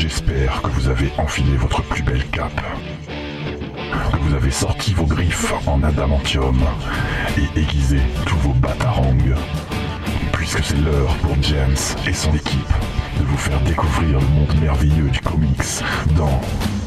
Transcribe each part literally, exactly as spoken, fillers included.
J'espère que vous avez enfilé votre plus belle cape, que vous avez sorti vos griffes en adamantium et aiguisé tous vos batarangs, puisque c'est l'heure pour James et son équipe de vous faire découvrir le monde merveilleux du comics dans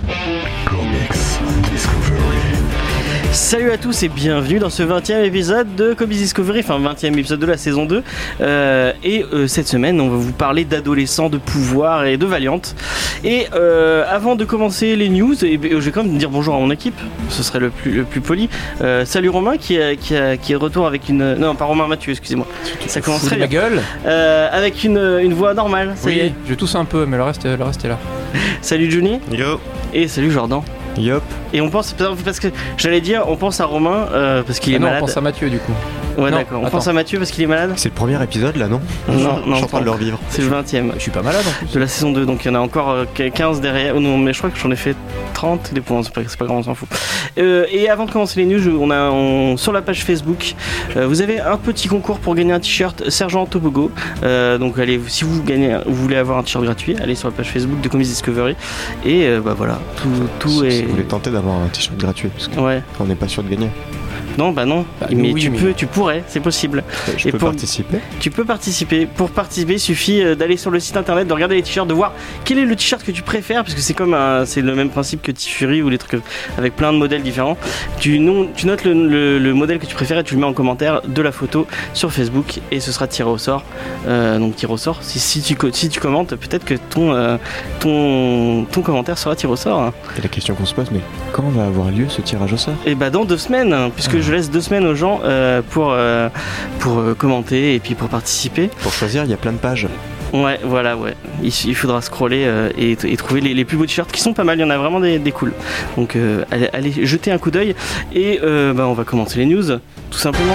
Comics Discovery. Salut à tous et bienvenue dans ce vingtième épisode de Comics Discovery, enfin vingtième épisode de la saison deux. Euh, et euh, cette semaine, on va vous parler d'adolescents, de pouvoir et de Valiant. Et euh, avant de commencer les news, et, et, je vais quand même dire bonjour à mon équipe, ce serait le plus, le plus poli. Euh, salut Romain qui, a, qui, a, qui est de retour avec une... Non, pas Romain, Mathieu, excusez-moi. Ça commence très bien. Ma gueule euh, Avec une, une voix normale, ça oui, y est. Je tousse un peu, mais le reste, le reste est là. Salut Johnny. Yo. Et salut Jordan. Yop. Et on pense, parce que j'allais dire, on pense à Romain euh, parce qu'il ah est non, malade. On pense à Mathieu du coup. Ouais, non, d'accord. On attends. pense à Mathieu parce qu'il est malade. C'est le premier épisode là, non? Non, non, je suis en train de le revivre. C'est le vingtième. Je suis pas malade en plus. De la saison deux, donc il y en a encore euh, quinze derrière. Oh non, mais je crois que j'en ai fait trente. Des points, c'est pas, c'est pas grave, on s'en fout. Euh, et avant de commencer les news, je- on a on- sur la page Facebook, euh, vous avez un petit concours pour gagner un t-shirt Sergent Tobogo. Euh, donc allez, si vous gagnez, vous voulez avoir un t-shirt gratuit, allez sur la page Facebook de Comics Discovery. Et euh, bah voilà, tout, tout Si est. vous voulez tenter d'avoir un t-shirt gratuit, parce Ouais. qu'on n'est pas sûr de gagner. Non, bah non. Bah, mais oui, tu mais- peux, tu pourrais, c'est possible. Je Et peux pour- participer. Tu peux participer. Pour participer, il suffit euh, d'aller sur le site internet, de regarder les t-shirts, de voir quel est le t-shirt que tu préfères, parce que c'est comme un, c'est le même principe que T-Fury ou les trucs avec plein de modèles différents. Tu, non, tu notes le, le- le modèle que tu préfères et tu le mets en commentaire de la photo sur Facebook et ce sera tiré au sort. Euh, donc tiré au sort. Si, si, tu, co- si tu commentes, peut-être que ton, euh, ton, ton commentaire sera tiré au sort. Hein. Et la question qu'on se pose, mais quand va avoir lieu ce tirage au sort? Et bah dans deux semaines, hein, puisque Ah. je laisse deux semaines aux gens euh, pour, euh, pour euh, commenter et puis pour participer. Pour choisir, il y a plein de pages. Ouais, voilà, ouais. Il, il faudra scroller euh, et, et trouver les, les plus beaux t-shirts qui sont pas mal. Il y en a vraiment des, des cools. Donc, euh, allez, allez jeter un coup d'œil. Et euh, bah, on va commencer les news, tout simplement.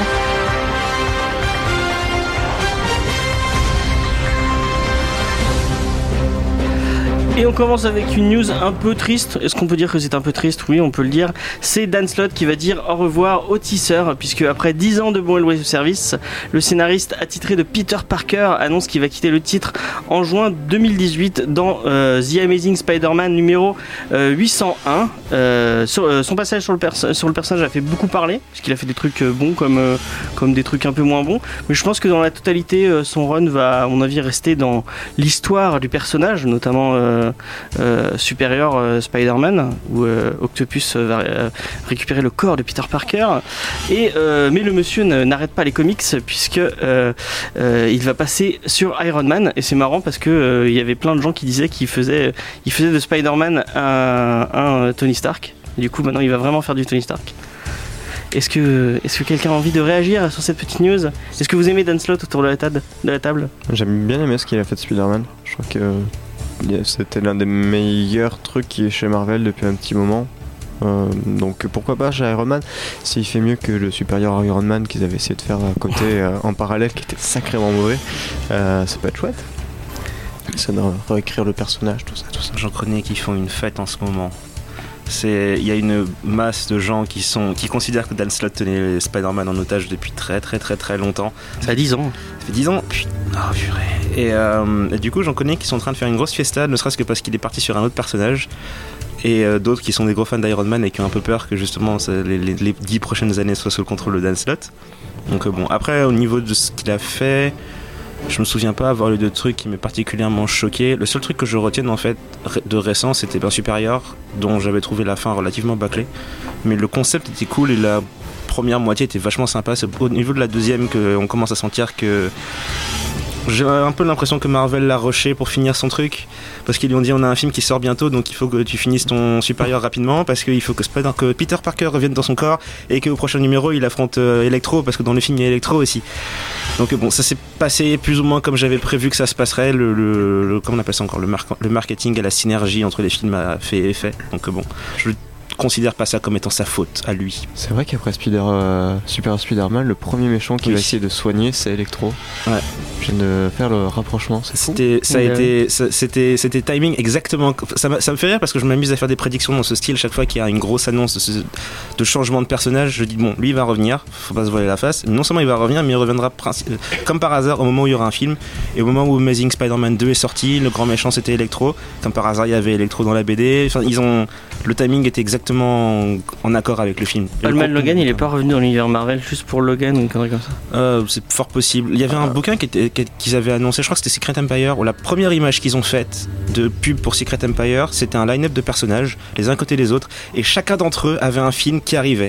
Et on commence avec une news un peu triste. Est-ce qu'on peut dire que c'est un peu triste? Oui, on peut le dire. C'est Dan Slott qui va dire au revoir aux tisseurs, puisque après dix ans de bon web service, le scénariste attitré de Peter Parker annonce qu'il va quitter le titre en juin deux mille dix-huit dans euh, The Amazing Spider-Man numéro euh, huit cent un. Euh, sur, euh, son passage sur le, perso- sur le personnage a fait beaucoup parler, puisqu'il a fait des trucs euh, bons comme, euh, comme des trucs un peu moins bons. Mais je pense que dans la totalité, euh, son run va, à mon avis, rester dans l'histoire du personnage, notamment euh, euh, Superior euh, Spider-Man, où euh, Octopus euh, va euh, récupérer le corps de Peter Parker. Et, euh, mais le monsieur ne- n'arrête pas les comics, puisque euh, euh, il va passer sur Iron Man. Et c'est marrant parce que euh, il y avait plein de gens qui disaient qu'il faisait, il faisait de Spider-Man un, un Tony Stark. Et du coup, maintenant, il va vraiment faire du Tony Stark. Est-ce que, est-ce que quelqu'un a envie de réagir sur cette petite news? Est-ce que vous aimez Dan Slott autour de la table, de la table? J'aime bien aimé ce qu'il a fait de Spider-Man. Je crois que euh, c'était l'un des meilleurs trucs qui est chez Marvel depuis un petit moment. Euh, donc pourquoi pas chez Iron Man, s'il fait mieux que le supérieur Iron Man qu'ils avaient essayé de faire à côté euh, en parallèle, qui était sacrément mauvais. Euh, ça peut être chouette. Ça doit réécrire le personnage, tout ça, tout ça. J'en connais qui font une fête en ce moment. C'est, il y a une masse de gens qui sont, qui considèrent que Dan Slott tenait Spider-Man en otage depuis très très très très longtemps. Ça a dix ans. Ça fait dix ans. Putain, oh, purée. Et, euh, et du coup, j'en connais qui sont en train de faire une grosse fiesta, ne serait-ce que parce qu'il est parti sur un autre personnage. Et euh, d'autres qui sont des gros fans d'Iron Man et qui ont un peu peur que justement ça, les, les, les dix prochaines années soient sous le contrôle de Dan Slott. Donc euh, bon, après au niveau de ce qu'il a fait, je me souviens pas avoir eu de trucs qui m'aient particulièrement choqué. Le seul truc que je retienne en fait de récent, c'était Ben Supérieur, dont j'avais trouvé la fin relativement bâclée. Mais le concept était cool et la première moitié était vachement sympa. C'est au niveau de la deuxième qu'on commence à sentir que j'ai un peu l'impression que Marvel l'a rushé pour finir son truc, parce qu'ils lui ont dit on a un film qui sort bientôt, donc il faut que tu finisses ton supérieur rapidement, parce qu'il faut que, Spider- que Peter Parker revienne dans son corps et qu'au prochain numéro il affronte euh, Electro, parce que dans le film il y a Electro aussi. Donc bon, ça s'est passé plus ou moins comme j'avais prévu que ça se passerait. Le, le, le comment on appelle ça encore, le, mar- le marketing et la synergie entre les films a fait effet. Donc bon, je considère pas ça comme étant sa faute à lui. C'est vrai qu'après Spider, euh, Super Spider-Man, le premier méchant qui Oui. va essayer de soigner, c'est Electro. Ouais. Je viens de faire le rapprochement, c'est fou. C'était, ça a Ouais. été, ça- c'était, c'était timing exactement. Ça, m'a- ça me fait rire parce que je m'amuse à faire des prédictions dans ce style. Chaque fois qu'il y a une grosse annonce de, ce- de changement de personnage, je dis bon, lui il va revenir, faut pas se voiler la face. Non seulement il va revenir, mais il reviendra princi- comme par hasard au moment où il y aura un film. Et au moment où Amazing Spider-Man deux est sorti, le grand méchant c'était Electro. Comme par hasard, il y avait Electro dans la B D. Enfin, ils ont, le timing était exactement en accord avec le film. Et le Batman contenu- Logan, il est pas revenu dans l'univers Marvel juste pour Logan ou une connerie comme ça. Euh, c'est fort possible. Il y avait un bouquin qui était, qui- qu'ils avaient annoncé, je crois que c'était Secret Empire, où la première image qu'ils ont faite de pub pour Secret Empire, c'était un line-up de personnages, les uns côté des autres, et chacun d'entre eux avait un film qui arrivait.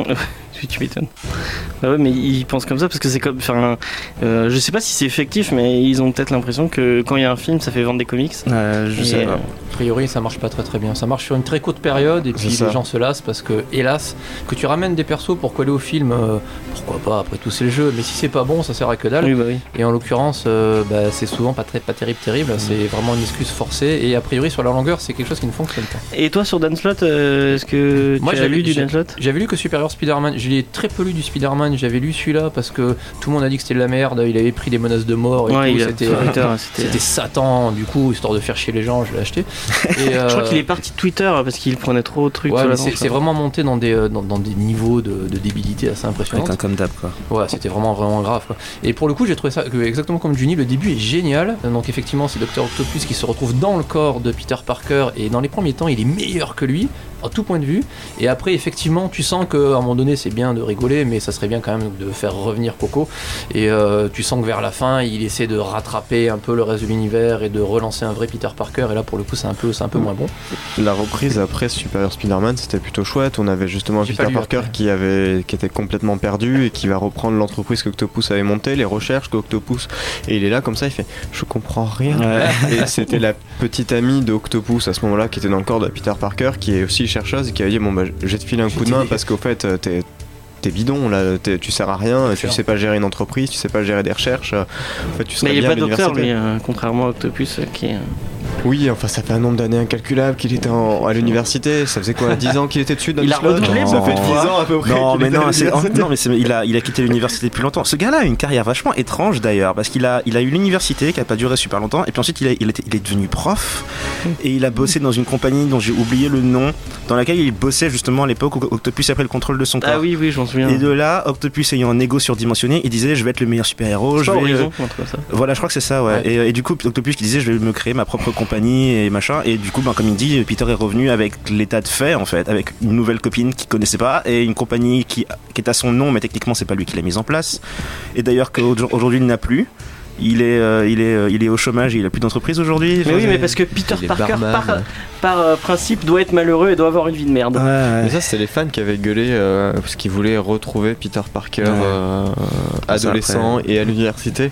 Tu tu m'étonnes. Bah ouais, mais ils pensent comme ça parce que c'est comme. Enfin, euh, je sais pas si c'est effectif, mais ils ont peut-être l'impression que quand il y a un film, ça fait vendre des comics. Euh, je Et, sais euh, pas. A priori, ça marche pas très très bien. Ça marche sur une très courte période et puis C'est ça. les gens se lassent parce que, hélas, que tu ramènes des persos pour coller au film, euh, pourquoi pas, après tout c'est le jeu, mais si c'est pas bon, ça sert à que dalle. Oui, bah oui. Et en l'occurrence, euh, bah, c'est souvent pas, très, pas terrible, terrible. C'est vraiment une excuse forcée et a priori, sur la longueur, c'est quelque chose qui ne fonctionne pas. Et toi sur Dan Slott, euh, est-ce que Moi, tu as j'avais- lu du j'ai- Dan Slott? J'avais lu que Superior Spider-Man, je l'ai très peu lu du Spider-Man, j'avais lu celui-là parce que tout le monde a dit que c'était de la merde, il avait pris des menaces de mort et Ouais, tout, il a- c'était, sur euh, Twitter, c'était. c'était Satan, du coup, histoire de faire chier les gens, je l'ai acheté. Et, euh, Je crois qu'il est parti de Twitter parce qu'il prenait trop de trucs. ouais, sur mais la c'est, tronche, c'est quoi. vraiment monté dans des, euh, dans, dans des niveaux de, de débilité assez impressionnants. Avec un comme d'hab, quoi. Ouais, c'était vraiment vraiment grave quoi. Et pour le coup, j'ai trouvé ça que, exactement comme Juni, le début est génial. Donc effectivement, c'est Docteur Octopus qui se retrouve dans le corps de Peter Parker et dans les premiers temps, il est meilleur que lui à tout point de vue. Et après, effectivement, tu sens qu'à un moment donné, c'est bien de rigoler, mais ça serait bien quand même de faire revenir Coco. Et euh, tu sens que vers la fin, il essaie de rattraper un peu le reste de l'univers et de relancer un vrai Peter Parker. Et là, pour le coup, c'est un peu, c'est un peu moins bon. La reprise après Superior Spider-Man, c'était plutôt chouette. On avait justement J'ai Peter pas lu Parker après. qui, avait, qui était complètement perdu et qui va reprendre l'entreprise qu'Octopus avait montée, les recherches qu'Octopus. Et il est là comme ça, il fait je comprends rien. Et c'était la petite amie d'Octopus à ce moment-là qui était dans le corps de Peter Parker, qui est aussi chercheuse et qui avait dit bon bah je vais te filer un coup de main parce qu'au fait t'es t'es bidon là, t'es- tu sers à rien, tu sûr. sais pas gérer une entreprise, tu sais pas gérer des recherches. En fait, tu serais Mais il est bien pas à docteur, l'université. lui, euh, contrairement à Octopus, euh, qui est. Oui, enfin ça fait un nombre d'années incalculable qu'il était en- à l'université. Ça faisait quoi, dix ans qu'il était dessus dans Il a Slot redoublé Ça pour fait fois. dix ans à peu près. Non, qu'il mais était à non, c'est, l'université. non, mais c'est- il a, il a quitté l'université depuis longtemps. Ce gars-là a une carrière vachement étrange d'ailleurs, parce qu'il a, il a eu l'université qui a pas duré super longtemps, et puis ensuite il, a, il, était- il est devenu prof, et il a bossé dans une compagnie dont j'ai oublié le nom, dans laquelle il bossait justement à l'époque où Octopus a pris le contrôle de son corps. Ah oui, oui, je m'en souviens. Et de là, Octopus ayant un ego surdimensionné, il disait je vais être le meilleur super-héros, C'est je pas vais. Horizon, un truc comme ça. Voilà, je crois que c'est ça, ouais. Ouais. Et, et du coup, Octopus qui disait je vais me créer ma propre compagnie et machin. Et du coup, ben, comme il dit, Peter est revenu avec l'état de fait, en fait, avec une nouvelle copine qu'il connaissait pas et une compagnie qui, qui est à son nom, mais techniquement, c'est pas lui qui l'a mise en place. Et d'ailleurs, qu'aujourd'hui, il n'a plus. Il est, euh, il, est, euh, il est au chomage et il a plus d'entreprise aujourd'hui. Mais Enfin, oui, mais c'est- parce que Peter Il est Parker, barman. par, par euh, principe, doit être malheureux et doit avoir une vie de merde. Ouais, ouais. Mais ça, c'était les fans qui avaient gueulé euh, parce qu'ils voulaient retrouver Peter Parker Ouais. euh, adolescent et à l'université.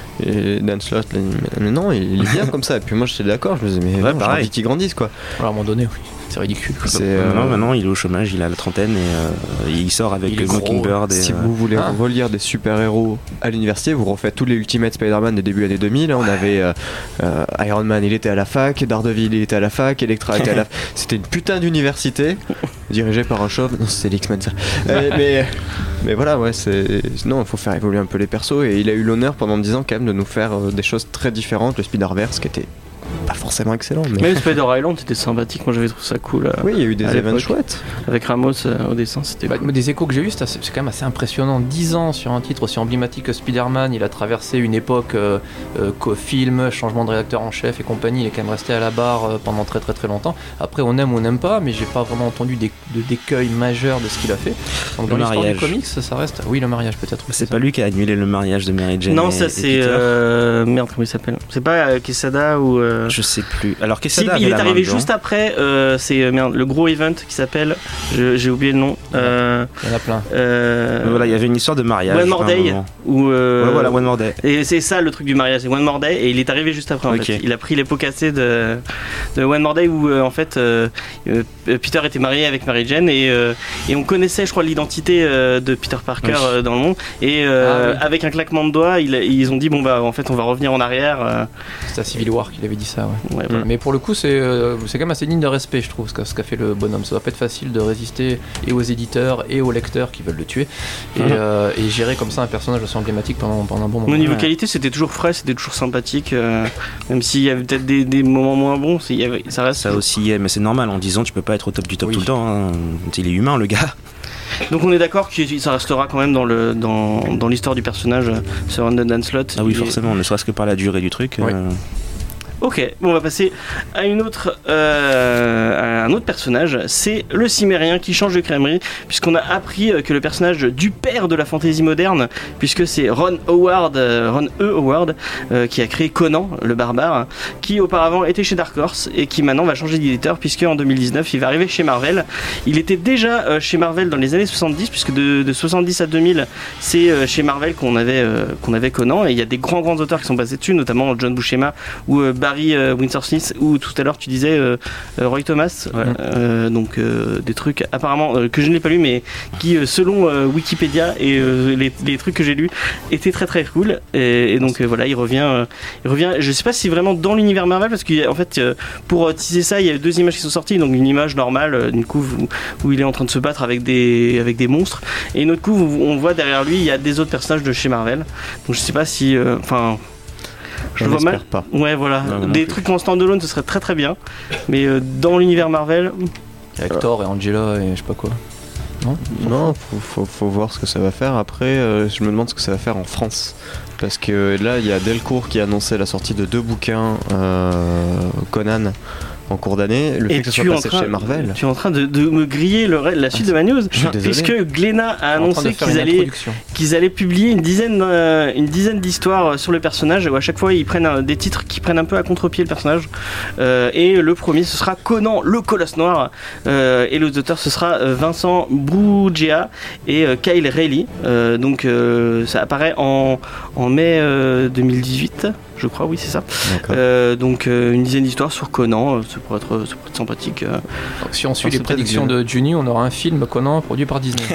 Et Dan Slott, là, il dit, mais non, il est bien comme ça. Et puis moi, j'étais d'accord. Je me disais, mais Ouais, non, j'ai pareil. envie qu'il grandisse, quoi. Alors, à un moment donné, oui, c'est ridicule. quoi. C'est, euh, Maintenant, maintenant, il est au chômage, il a la trentaine et euh, il sort avec Il est le gros. Mockingbird. Et, Si euh, vous voulez Ah. relire des super-héros à l'université, vous refaites tous les Ultimate Spider-Man des débuts années deux mille. On avait euh, euh, Iron Man, il était à la fac, Daredevil, il était à la fac, Elektra était à la fac. C'était une putain d'université dirigée par un chauve. Non, c'était l'X-Men ça. Euh, mais, mais voilà, ouais, c'est. Non, il faut faire évoluer un peu les persos. Et il a eu l'honneur pendant dix ans quand même de nous faire euh, des choses très différentes. Le Spider-Verse qui était pas forcément excellent. Mais... Même Spider Island, c'était sympathique. Moi, j'avais trouvé ça cool. euh, Oui, il y a eu des à événements l'époque. chouettes. Avec Ramos euh, au dessin, c'était Bah, cool. des échos que j'ai eu, c'est, assez- c'est quand même assez impressionnant. dix ans sur un titre aussi emblématique que Spider-Man, il a traversé une époque euh, euh, co- film, changement de rédacteur en chef et compagnie. Il est quand même resté à la barre euh, pendant très très très longtemps. Après, on aime ou on n'aime pas, mais j'ai pas vraiment entendu des, de d'écueils majeurs de ce qu'il a fait. Donc, dans Le l'histoire mariage. du comics, ça reste. Oui, le mariage peut-être. C'est pas lui qui a annulé le mariage de Mary Jane. Non, et- ça et c'est. Peter. Euh... Merde, comment il s'appelle? C'est pas euh, Quesada ou. euh, Je sais plus. Alors, Si, Quesada avait il est la main arrivé dedans. juste après. euh, c'est euh, merde, le gros event qui s'appelle. je- J'ai oublié le nom. Euh, Il y en a plein. euh, Voilà, il y avait une histoire de mariage. One More à un Day. moment. Ou, euh, Ouais, voilà, One More Day. Et c'est ça le truc du mariage, c'est One More Day, et il est arrivé juste après en Ok. fait. Il a pris les pots cassés de, de One More Day où euh, en fait euh, euh, Peter était marié avec Mary Jane et, euh, et on connaissait, je crois, l'identité euh, de Peter Parker Oui. euh, dans le monde. Et euh, Ah, oui. avec un claquement de doigts, ils, ils ont dit bon bah en fait on va revenir en arrière. euh, C'est à Civil War qu'il avait dit ça, ouais. ouais, voilà. Mais pour le coup, c'est euh, c'est quand même assez digne de respect, je trouve, ce qu'a, ce qu'a fait le bonhomme. Ça va pas être facile de résister et aux éditeurs et aux lecteurs qui veulent le tuer et, Mhm. euh, et gérer comme ça un personnage aussi emblématique pendant, pendant un bon moment. Au niveau Ouais. qualité, c'était toujours frais, c'était toujours sympathique, euh, même s'il y avait peut-être des, des moments moins bons, c'est- il y avait- ça reste. Ça aussi, mais c'est normal, en dix ans, tu peux pas être au top du top Oui. tout le temps. Hein. Il est humain, le gars. Donc on est d'accord que ça restera quand même dans le dans, dans l'histoire du personnage, euh, ce Random Danslot. Ah oui, Il est- forcément, ne serait-ce que par la durée du truc. Ouais. euh, Ok, bon, on va passer à une autre, euh, à un autre personnage. C'est le Cimérien qui change de crèmerie, puisqu'on a appris euh, que le personnage du père de la fantasy moderne, puisque c'est Ron Howard, euh, Ron E. Howard, euh, qui a créé Conan, le barbare, qui auparavant était chez Dark Horse et qui maintenant va changer d'éditeur, puisque en deux mille dix-neuf il va arriver chez Marvel. Il était déjà euh, chez Marvel dans les années soixante-dix, puisque de, de soixante-dix à deux mille, c'est euh, chez Marvel qu'on avait, euh, qu'on avait Conan, et il y a des grands grands auteurs qui sont passés dessus, notamment John Buscema ou euh, Barry euh, Windsor Smith, ou tout à l'heure tu disais euh, euh, Roy Thomas. Ouais. Euh, donc euh, des trucs apparemment euh, que je n'ai pas lu, mais qui euh, selon euh, Wikipédia et euh, les, les trucs que j'ai lus étaient très très cool. Et, et donc euh, voilà, il revient, euh, il revient. Je sais pas si vraiment dans l'univers Marvel, parce qu'en fait euh, pour euh, teaser ça, il y a deux images qui sont sorties. Donc une image normale euh, d'une couve où, où il est en train de se battre avec des avec des monstres, et une autre couve où on voit derrière lui il y a des autres personnages de chez Marvel. Donc je sais pas si, enfin. Euh, Je Je vois mal. l'espère pas. Ouais, voilà. Non, non des plus. trucs en standalone, ce serait très très bien. Mais euh, dans l'univers Marvel, Avec Thor et Angela et je sais pas quoi. Non, faut, faut, faut voir ce que ça va faire. Après, euh, je me demande ce que ça va faire en France. Parce que là, il y a Delcourt qui a annoncé la sortie de deux bouquins euh, Conan en cours d'année. Le et fait que ce tu soit es en passé train, chez Marvel. tu es en train de, de me griller le, la suite de ma news. Je suis désolé. Puisque Glénat a En train de annoncé faire qu'ils une allaient, introduction. qu'ils allaient publier une dizaine, euh, une dizaine d'histoires sur le personnage, où à chaque fois ils prennent un- des titres qui prennent un peu à contre-pied le personnage. Euh, et le premier, ce sera Conan, le Colosse Noir. Euh, et les auteurs, ce sera euh, Vincent Bougea et euh, Kyle Reilly. Euh, donc euh, ça apparaît en, en mai euh, deux mille dix-huit, je crois, oui, c'est ça. D'accord. Euh, donc euh, une dizaine d'histoires sur Conan, euh, ça pourrait être, ça pourrait être sympathique. euh. Donc, si on suit Ah, les c'est prédictions peut-être de Juni, on aura un film Conan produit par Disney.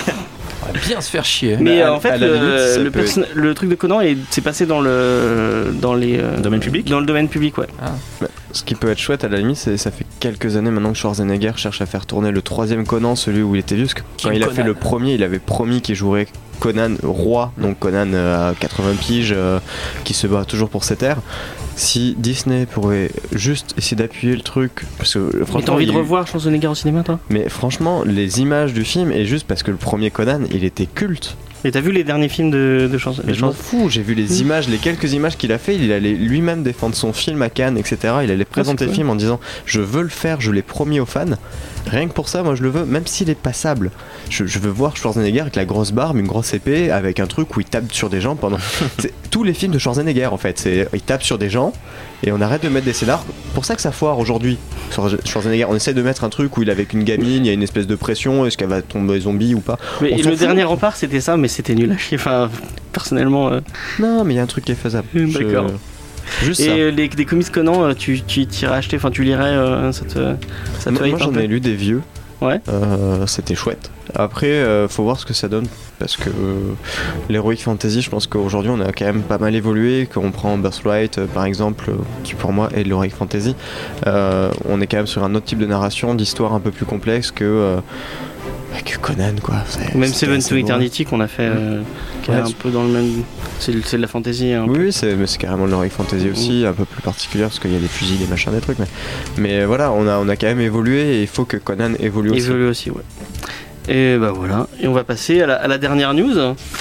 On va bien se faire chier. Mais à- euh, en fait, à la le, limite, ça le, peut perso- le truc de Conan est, c'est passé dans le dans les euh, Domaine public dans le domaine public, ouais. Ce qui peut être chouette à la limite, c'est ça fait quelques années maintenant que Schwarzenegger cherche à faire tourner le troisième Conan, celui où il était vieux. Parce que quand King il a Conan. fait le premier, il avait promis qu'il jouerait Conan roi, donc Conan euh, à quatre-vingts piges, euh, qui se bat toujours pour ses terres. Si Disney pourrait juste essayer d'appuyer le truc, parce que euh, Et t'as franchement, envie il de y a eu- revoir Schwarzenegger au cinéma, toi? mais franchement, les images du film, et juste parce que le premier Conan, il était culte. Et t'as vu les derniers films de, de Schwarzenegger? Mais je m'en fous, j'ai vu les images, les quelques images qu'il a fait, il allait lui-même défendre son film à Cannes, et cetera. Il allait présenter c'est le cool. film en disant je veux le faire, je l'ai promis aux fans. Rien que pour ça, moi je le veux, même s'il est passable. Je, je veux voir Schwarzenegger avec la grosse barbe, une grosse épée, avec un truc où il tape sur des gens pendant. C'est tous les films de Schwarzenegger en fait, c'est il tape sur des gens et on arrête de mettre des scénars. Pour ça que ça foire aujourd'hui. Sur Schwarzenegger, on essaie de mettre un truc où il est avec une gamine, il y a une espèce de pression, est-ce qu'elle va tomber zombie ou pas. Mais On et s'en le fout. dernier rempart, c'était ça, mais c'était nul à chier. Enfin, personnellement. euh. Non, mais il y a un truc qui est faisable. Hum, Je- d'accord. Juste Et ça. euh, les, des comics Conan, euh, tu, tu t'irais acheter, enfin, tu lirais, euh, ça te, ça te Moi, hype moi, un j'en peu ai lu des vieux. Ouais. Euh, c'était chouette. Après, euh, faut voir ce que ça donne. Parce que euh, l'Heroic Fantasy, je pense qu'aujourd'hui, on a quand même pas mal évolué. Quand on prend Birthright, euh, par exemple, euh, qui pour moi est de l'Heroic Fantasy, euh, on est quand même sur un autre type de narration, d'histoire un peu plus complexe que, euh, que Conan, quoi. C'est- Même c'était Seven assez to beau. Eternity qu'on a fait, euh, qui est Ouais, un c'est- peu dans le même. C'est, c'est de la fantasy. Un Oui, peu. oui, c'est, mais c'est carrément de l'Heroic Fantasy aussi, un peu plus particulière parce qu'il y a des fusils, des machins, des trucs. Mais, mais voilà, on a, on a quand même évolué et il faut que Conan évolue aussi. Évolue aussi, ouais. Et bah voilà, et on va passer à la, à la dernière news.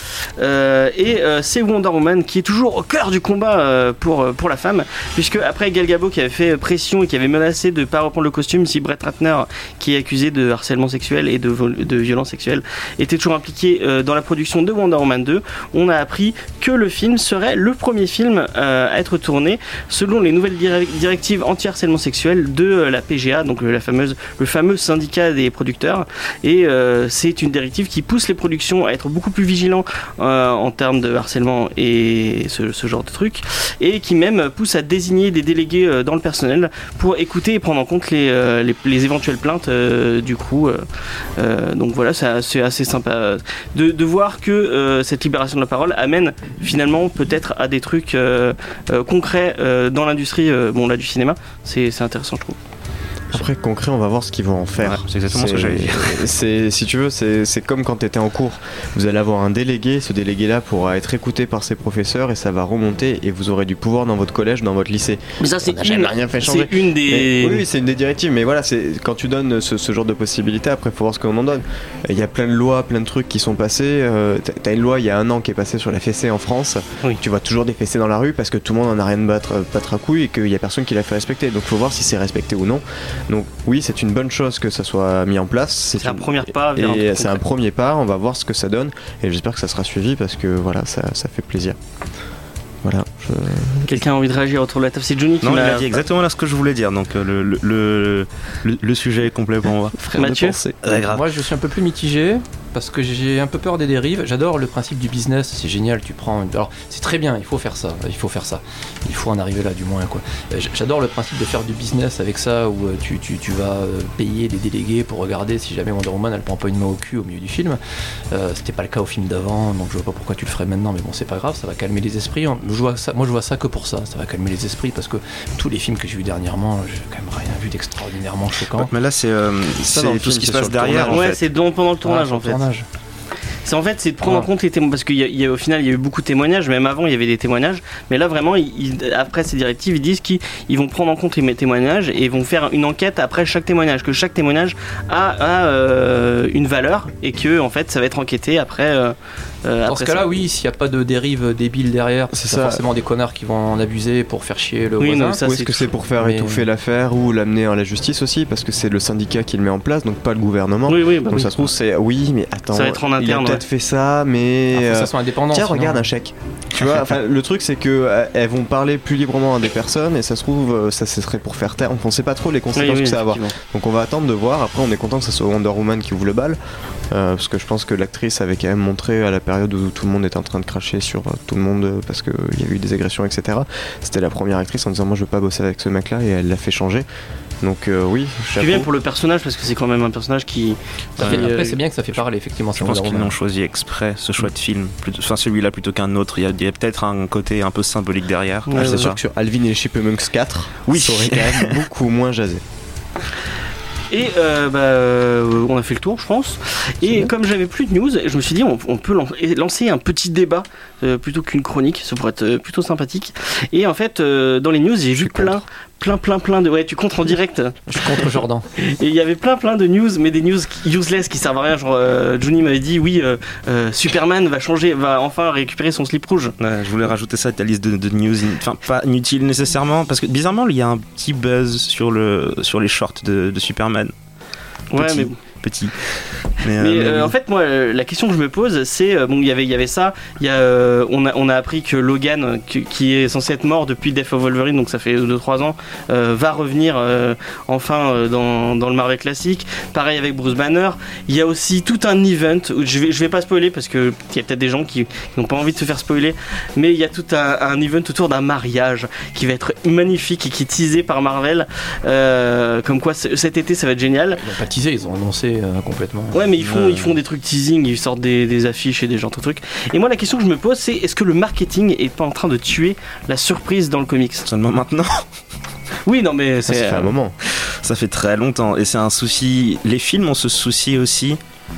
Euh, et euh, c'est Wonder Woman qui est toujours au cœur du combat euh, pour, euh, pour la femme, puisque après Gal Gadot qui avait fait pression et qui avait menacé de ne pas reprendre le costume si Brett Ratner, qui est accusé de harcèlement sexuel et de, vol- de violence sexuelle, était toujours impliqué euh, dans la production de Wonder Woman deux, on a appris que le film serait le premier film euh, à être tourné selon les nouvelles dire- directives anti-harcèlement sexuel de euh, la P G A, donc euh, la fameuse, le fameux syndicat des producteurs. Et euh, euh, c'est une directive qui pousse les productions à être beaucoup plus vigilants euh, en termes de harcèlement et ce, ce genre de trucs, et qui même pousse à désigner des délégués euh, dans le personnel pour écouter et prendre en compte les, euh, les, les éventuelles plaintes euh, du crew. Euh, euh, donc voilà, c'est, c'est assez sympa de, de voir que euh, cette libération de la parole amène finalement peut-être à des trucs euh, euh, concrets euh, dans l'industrie euh, bon là du cinéma. C'est, c'est intéressant, je trouve. Après, concret, on va voir ce qu'ils vont en faire. Ouais, c'est exactement ce que j'allais dire. C'est, si tu veux, c'est, c'est comme quand tu étais en cours. Vous allez avoir un délégué, ce délégué-là pourra être écouté par ses professeurs et ça va remonter et vous aurez du pouvoir dans votre collège, dans votre lycée. Mais ça, c'est, On n'a jamais rien fait changer. C'est une des... Mais, oui, c'est une des directives, mais voilà, c'est, quand tu donnes ce, ce genre de possibilités, après, il faut voir ce qu'on en donne. Il y a plein de lois, plein de trucs qui sont passés. Euh, t'as une loi il y a un an qui est passée sur la fessée en France. Oui. Tu vois toujours des fessées dans la rue parce que tout le monde en a rien de battre, battre à couille et qu'il y a personne qui l'a fait respecter. Donc, il faut voir si c'est respecté ou non. Donc, oui, c'est une bonne chose que ça soit mis en place. C'est, c'est une... un premier pas vers et un c'est un premier pas, on va voir ce que ça donne et j'espère que ça sera suivi parce que voilà, ça, ça fait plaisir. Voilà. Je... Quelqu'un a envie de réagir autour de la table? C'est Johnny qui non, m'a... il a dit exactement là ce que je voulais dire, donc euh, le, le, le, le, le sujet est complet pour moi. Frère Mathieu de pensée. Ouais, grave. Moi, je suis un peu plus mitigé parce que j'ai un peu peur des dérives. J'adore le principe du business, c'est génial. Tu prends, une... alors c'est très bien. Il faut faire ça. Il faut faire ça. Il faut en arriver là, du moins quoi. J'adore le principe de faire du business avec ça, où tu, tu, tu vas payer des délégués pour regarder si jamais Wonder Woman elle prend pas une main au cul au milieu du film. Euh, c'était pas le cas au film d'avant, donc je vois pas pourquoi tu le ferais maintenant. Mais bon, c'est pas grave, ça va calmer les esprits. Je vois ça, moi, je vois ça que pour ça. Ça va calmer les esprits parce que tous les films que j'ai vus dernièrement, j'ai quand même rien vu d'extraordinairement choquant. Mais là, c'est, euh, Ça, c'est dans le tout film, ce qui c'est se passe sur le derrière. tournage. En Ouais, fait. c'est dans, pendant le tournage Ah, en fait. Tournage. C'est en fait c'est de prendre Ouais. en compte les témoins parce qu'au final il y a eu beaucoup de témoignages, même avant il y avait des témoignages, mais là vraiment ils, ils- après ces directives ils disent qu'ils ils vont prendre en compte les témoignages et vont faire une enquête après chaque témoignage, que chaque témoignage a, a euh, une valeur et que en fait ça va être enquêté après. Euh, euh, Dans après ce cas-là, ça. oui, s'il n'y a pas de dérive débile derrière, C'est c'est ça. forcément des connards qui vont en abuser pour faire chier le Oui, voisin. non, ça, Ou est-ce c'est que c'est pour faire Mais- étouffer l'affaire ou l'amener à la justice aussi parce que c'est le syndicat qui le met en place donc pas le gouvernement. Oui oui. Bah, Donc oui. ça se trouve c'est oui mais attends, Ça va être en il a interne, peut-être ouais. fait ça mais Ah, faut que euh, ça soit indépendant. tiens sinon- regarde un chèque. Tu vois, enfin le truc c'est que euh, elles vont parler plus librement à des personnes et ça se trouve euh, ça ce serait pour faire taire. On sait pas trop les Oui, conséquences oui, que ça va avoir. effectivement. Donc on va attendre de voir. Après on est content que ça soit Wonder Woman qui ouvre le bal euh, parce que je pense que l'actrice avait quand même montré à la période où tout le monde était en train de cracher sur euh, tout le monde euh, parce qu'il y a eu des agressions et cetera. C'était la première actrice en disant moi je veux pas bosser avec ce mec là et elle l'a fait changer. Donc euh, oui, C'est chapeau. bien pour le personnage parce que c'est quand même un personnage qui. Ça fait- Euh, Après, c'est bien que ça fait parler, effectivement. Je c'est pense Wonder qu'ils Woman. l'ont choisi exprès, ce choix de film. Plutôt, enfin, celui-là plutôt qu'un autre. Il y a, il y a peut-être un côté un peu symbolique derrière. Ouais, Ah, ouais, c'est C'est ça. sûr que sur Alvin et les Chipmunks quatre, Oui. ça aurait quand même beaucoup moins jasé. Et euh, bah, euh, on a fait le tour, je pense. Et bien. comme j'avais plus de news, je me suis dit on, on peut lan- lancer un petit débat euh, plutôt qu'une chronique. Ça pourrait être euh, plutôt sympathique. Et en fait, euh, dans les news, j'ai vu suis plein, contre. plein, plein, plein de. Ouais, tu comptes en direct. Je suis contre Jordan. Et il y avait plein, plein de news, mais des news qui- useless qui servent à rien. Genre, euh, Johnny m'avait dit oui, euh, euh, Superman va changer, va enfin récupérer son slip rouge. Ouais, je voulais rajouter ça à ta liste de, de news, in- enfin pas inutile nécessairement, parce que bizarrement il y a un petit buzz sur, le, sur les shorts de, de Superman. Ouais, Petit. mais Petit. Mais, Mais euh, euh, mais en oui. fait, moi, euh, la question que je me pose, c'est euh, bon, il y avait, il y avait ça. Il y a, euh, on a, on a appris que Logan, euh, qui, qui est censé être mort depuis Death of Wolverine, donc ça fait deux trois ans, euh, va revenir euh, enfin euh, dans, dans le Marvel classique. Pareil avec Bruce Banner. Il y a aussi tout un event. Où je vais, je vais pas spoiler parce que il y a peut-être des gens qui n'ont pas envie de se faire spoiler. Mais il y a tout un, un event autour d'un mariage qui va être magnifique et qui est teasé par Marvel. Euh, comme quoi, c- cet été, ça va être génial. Ils n'ont pas teasé, ils ont annoncé euh, complètement. Ouais, mais ils font, Ouais. ils font des trucs teasing, ils sortent des, des affiches et des genres de trucs. Et moi, la question que je me pose, c'est est-ce que le marketing est pas en train de tuer la surprise dans le comics? Seulement maintenant, Oui, non, mais Ça, c'est. ça fait un moment. ça fait très longtemps et c'est un souci. Les films ont ce souci aussi.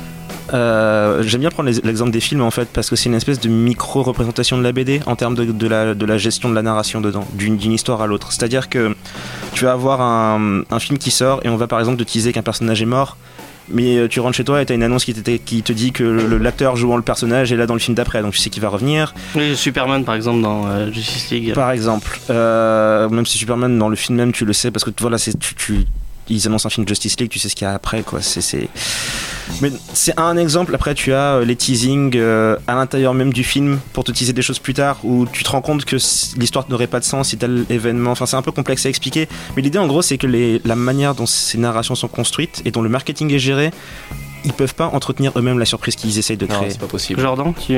Euh, J'aime bien prendre les- l'exemple des films en fait parce que c'est une espèce de micro-représentation de la B D en termes de, de, la, de la gestion de la narration dedans, d'une d'une histoire à l'autre. C'est-à-dire que tu vas avoir un, un film qui sort et on va par exemple te teaser qu'un personnage est mort, mais euh, tu rentres chez toi et t'as une annonce qui, t'était- qui te dit que le- l'acteur jouant le personnage est là dans le film d'après, donc tu sais qu'il va revenir. Oui, Superman, par exemple, dans euh, Justice League. Par exemple, euh, même si Superman dans le film même tu le sais parce que voilà c'est tu, tu ils annoncent un film Justice League, tu sais ce qu'il y a après quoi. C'est c'est mais c'est un exemple. Après tu as euh, les teasings euh, à l'intérieur même du film pour te teaser des choses plus tard où tu te rends compte que c- l'histoire n'aurait pas de sens si tel événement. Enfin c'est un peu complexe à expliquer. Mais l'idée en gros c'est que les, la manière dont ces narrations sont construites et dont le marketing est géré ils peuvent pas entretenir eux-mêmes la surprise qu'ils essayent de Non, créer. c'est pas possible. Jordan, tu...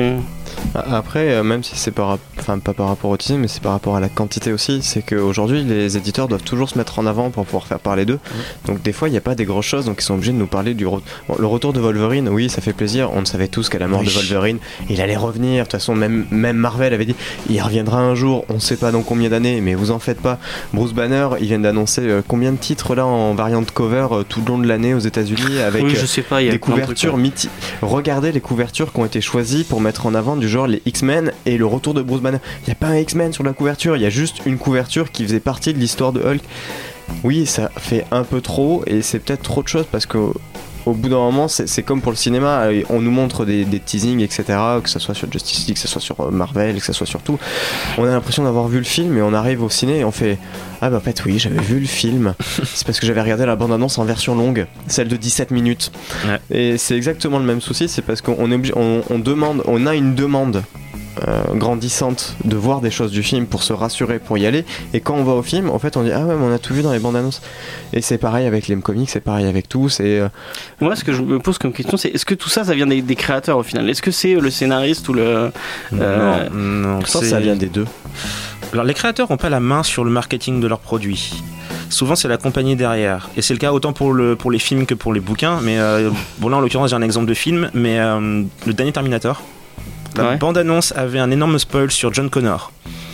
Après, euh, même si c'est par, rap- enfin pas par rapport au teasing, mais c'est par rapport à la quantité aussi, c'est qu'aujourd'hui les éditeurs doivent toujours se mettre en avant pour pouvoir faire parler d'eux. Mmh. Donc des fois il n'y a pas des grosses choses, donc ils sont obligés de nous parler du re- bon, le retour de Wolverine. Oui, ça fait plaisir. On le savait tous qu'à la mort oui. de Wolverine, il allait revenir. De toute façon, même même Marvel avait dit, il reviendra un jour. On ne sait pas dans combien d'années, mais vous en faites pas. Bruce Banner, ils viennent d'annoncer euh, combien de titres là en variante cover euh, tout le long de l'année aux États-Unis avec oui, je sais pas, il y a des couvertures mythiques. Regardez les couvertures qui ont été choisies pour mettre en avant du genre les X-Men et le retour de Bruce Banner. Il n'y a pas un X-Men sur la couverture, il y a juste une couverture qui faisait partie de l'histoire de Hulk. Oui, ça fait un peu trop et c'est peut-être trop de choses parce que au bout d'un moment, c'est, c'est comme pour le cinéma, on nous montre des, des teasings, et cetera, que ce soit sur Justice League, que ce soit sur Marvel, que ce soit sur tout. On a l'impression d'avoir vu le film et on arrive au ciné et on fait ah bah en fait oui, j'avais vu le film. C'est parce que j'avais regardé la bande-annonce en version longue, celle de dix-sept minutes. Ouais. Et c'est exactement le même souci, c'est parce qu'on est obligé, on, on demande, on a une demande. Euh, grandissante de voir des choses du film pour se rassurer, pour y aller, et quand on va au film en fait on dit ah ouais mais on a tout vu dans les bandes annonces, et c'est pareil avec les comics, c'est pareil avec tout. C'est euh... moi ce que je me pose comme question, c'est est-ce que tout ça ça vient des, des créateurs au final, est-ce que c'est le scénariste ou le euh... non, non ça, ça vient des deux. Alors les créateurs n'ont pas la main sur le marketing de leurs produits. Souvent c'est la compagnie derrière, et c'est le cas autant pour, le, pour les films que pour les bouquins, mais euh, bon là en l'occurrence j'ai un exemple de film, mais euh, le dernier Terminator, la ouais. bande-annonce avait un énorme spoil sur John Connor.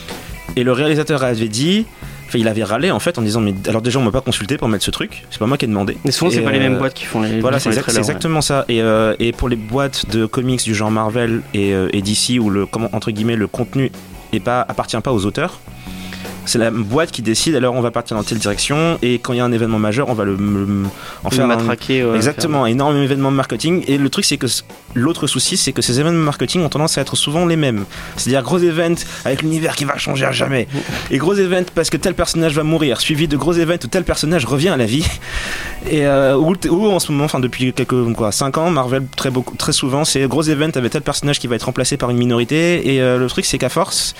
Et le réalisateur avait dit, enfin il avait râlé en fait en disant mais alors déjà on m'a pas consulté pour mettre ce truc, c'est pas moi qui ai demandé. Mais souvent et c'est euh, pas les mêmes boîtes qui font les. Voilà, font c'est, les exact, trailers, c'est exactement ouais. ça. Et, euh, et pour les boîtes de comics du genre Marvel et, euh, et D C où le comment entre guillemets le contenu est pas appartient pas aux auteurs. C'est la boîte qui décide, alors on va partir dans telle direction, et quand il y a un événement majeur, on va le, le en le faire matraquer. Un, ouais, exactement, un énorme événement marketing. Et le truc, c'est que l'autre souci, c'est que ces événements marketing ont tendance à être souvent les mêmes. C'est-à-dire gros event avec l'univers qui va changer à jamais, et gros event parce que tel personnage va mourir, suivi de gros event où tel personnage revient à la vie. Et euh, où, où en ce moment, enfin depuis quelques quoi, cinq ans, Marvel très beaucoup, très souvent, c'est gros event avec tel personnage qui va être remplacé par une minorité. Et euh, le truc, c'est qu'à force,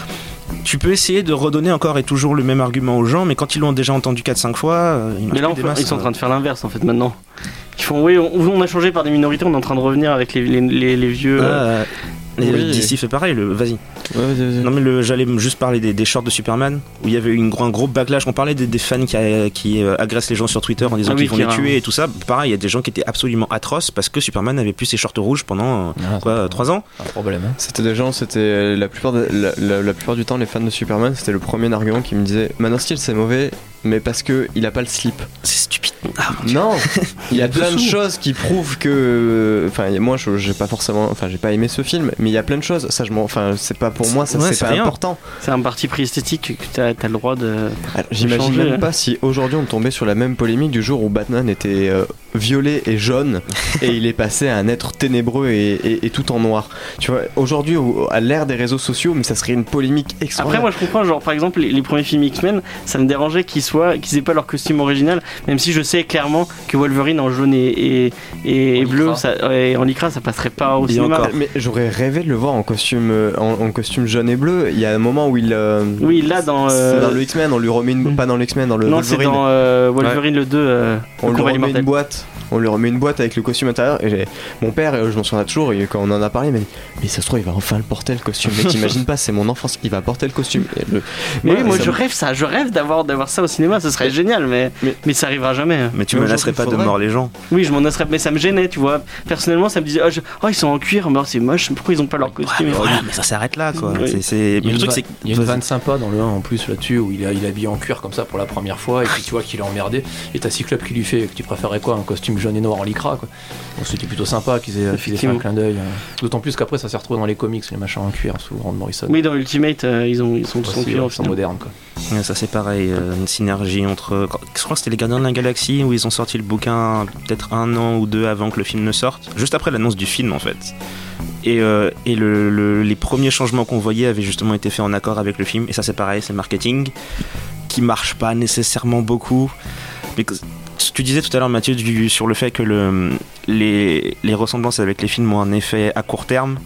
tu peux essayer de redonner encore et toujours le même argument aux gens, mais quand ils l'ont déjà entendu quatre cinq fois, euh, ils mais là, des fait, masses, ils sont en train de faire l'inverse en fait maintenant. Ils font oui, on, on a changé par des minorités, on est en train de revenir avec les, les, les, les vieux. Euh, euh, oui, oui, D C fait pareil, le, vas-y. Ouais, vas-y, vas-y. Non mais le, j'allais juste parler des, des shorts de Superman où il y avait une, un gros backlash. On parlait des, des fans qui, qui euh, agressent les gens sur Twitter en disant ah, qu'ils oui, vont les tuer et tout ça. Pareil, il y a des gens qui étaient absolument atroces parce que Superman n'avait plus ses shorts rouges pendant ah, quoi, trois ans. Un problème. Hein. C'était des gens, c'était la plupart, de, la, la, la plupart du temps les fans de Superman, c'était le premier argument qui me disait Man of Steel c'est mauvais, mais parce que il a pas le slip. C'est stupide. Ah, non, il y a plein de choses qui prouvent que, enfin moi je, j'ai pas forcément, enfin j'ai pas aimé ce film, mais il y a plein de choses. Ça je m'en, enfin c'est pas pour moi, ça ouais, c'est, c'est pas rien. important. C'est un parti pris esthétique que t'as, t'as le droit de. Alors, j'imagine changer, même hein. pas si aujourd'hui on tombait sur la même polémique du jour où Batman était euh, violet et jaune et il est passé à un être ténébreux et, et, et tout en noir. Tu vois, aujourd'hui au, à l'ère des réseaux sociaux, mais ça serait une polémique extraordinaire. Après moi je comprends, genre par exemple les, les premiers films X-Men, ça me dérangeait qu'ils soient, qu'ils aient pas leur costume original, même si je sais clairement que Wolverine en jaune et, et, et, et bleu, ça, et en lycra, ça passerait pas au cinéma. Encore. Mais j'aurais rêvé de le voir en costume, en, en costume jaune et bleu. Il y a un moment où il. Euh, oui, là dans. Euh... Dans le X-Men, on lui remet une. Pas dans le X-Men, dans le non, Wolverine. c'est dans euh, Wolverine ouais. le deux. Euh, on le lui remet une boîte. On lui remet une boîte avec le costume intérieur. Et j'ai... mon père, je m'en souviens toujours, et quand on en a parlé, il m'a dit mais ça se trouve, il va enfin le porter le costume. Mais t'imagines pas, c'est mon enfance, il va porter le costume. Et le... Mais ouais, oui, moi ça... je rêve ça, je rêve d'avoir, d'avoir ça au cinéma, ce serait génial, mais, mais, mais ça arrivera jamais. Mais tu menacerais pas de mort les gens. Oui, je menacerais, mais ça me gênait, tu vois. Personnellement, ça me disait, oh, je... oh ils sont en cuir, mais oh, c'est moche, pourquoi ils ont pas leur costume? Ouais, mais, voilà, mais ça s'arrête là, quoi. Oui. C'est, c'est... Il y a, le truc, va... c'est... il y a une vanne sympa dans le un en plus là-dessus où il est, il est habillé en cuir comme ça pour la première fois et puis tu vois qu'il est emmerdé et t'as Cyclope qui lui fait que tu préférais quoi, un costume jaune et noir en lycra quoi. Donc c'était plutôt sympa qu'ils aient, qu'ils aient fait un clin d'œil. D'autant plus qu'après ça s'est retrouvé dans les comics, les machins en cuir sous Grant Morrison. Oui, dans Ultimate, euh, ils, ont, ils sont tous en cuir. Ils sont modernes quoi. Ouais, ça c'est pareil, euh, une synergie entre. Je crois que c'était les Gardiens de la Galaxie où ils ont sorti le bouquin peut-être un an ou deux avant que le film ne sorte, juste après l'annonce du film en fait. Et, euh, et le, le, les premiers changements qu'on voyait avaient justement été faits en accord avec le film. Et ça c'est pareil, c'est marketing qui marche pas nécessairement beaucoup. Mais que, tu disais tout à l'heure Mathieu du, sur le fait que le, les, les ressemblances avec les films ont un effet à court terme.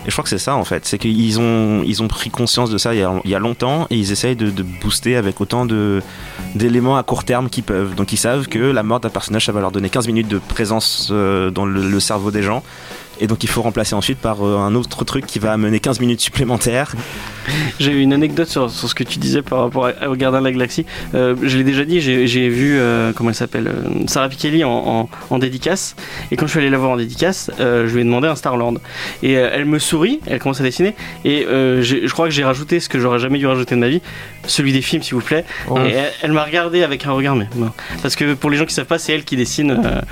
Et je crois que c'est ça en fait, c'est qu'ils ont, ils ont pris conscience de ça il y a, il y a longtemps et ils essayent de, de booster avec autant de, d'éléments à court terme qu'ils peuvent. Donc ils savent que la mort d'un personnage, ça va leur donner quinze minutes de présence euh, dans le, le cerveau des gens. Et donc il faut remplacer ensuite par euh, un autre truc qui va amener quinze minutes supplémentaires. J'ai une anecdote sur, sur ce que tu disais par rapport à, au Gardien de la Galaxie. Euh, je l'ai déjà dit, j'ai, j'ai vu, euh, comment elle s'appelle, euh, Sarah Pikeli en, en, en dédicace. Et quand je suis allé la voir en dédicace, euh, je lui ai demandé un Star-Lord. Et euh, elle me sourit, elle commence à dessiner. Et euh, je crois que j'ai rajouté ce que j'aurais jamais dû rajouter de ma vie, celui des films, s'il vous plaît. Oh. Et elle, elle m'a regardé avec un regard, mais bon. Parce que pour les gens qui savent pas, c'est elle qui dessine euh,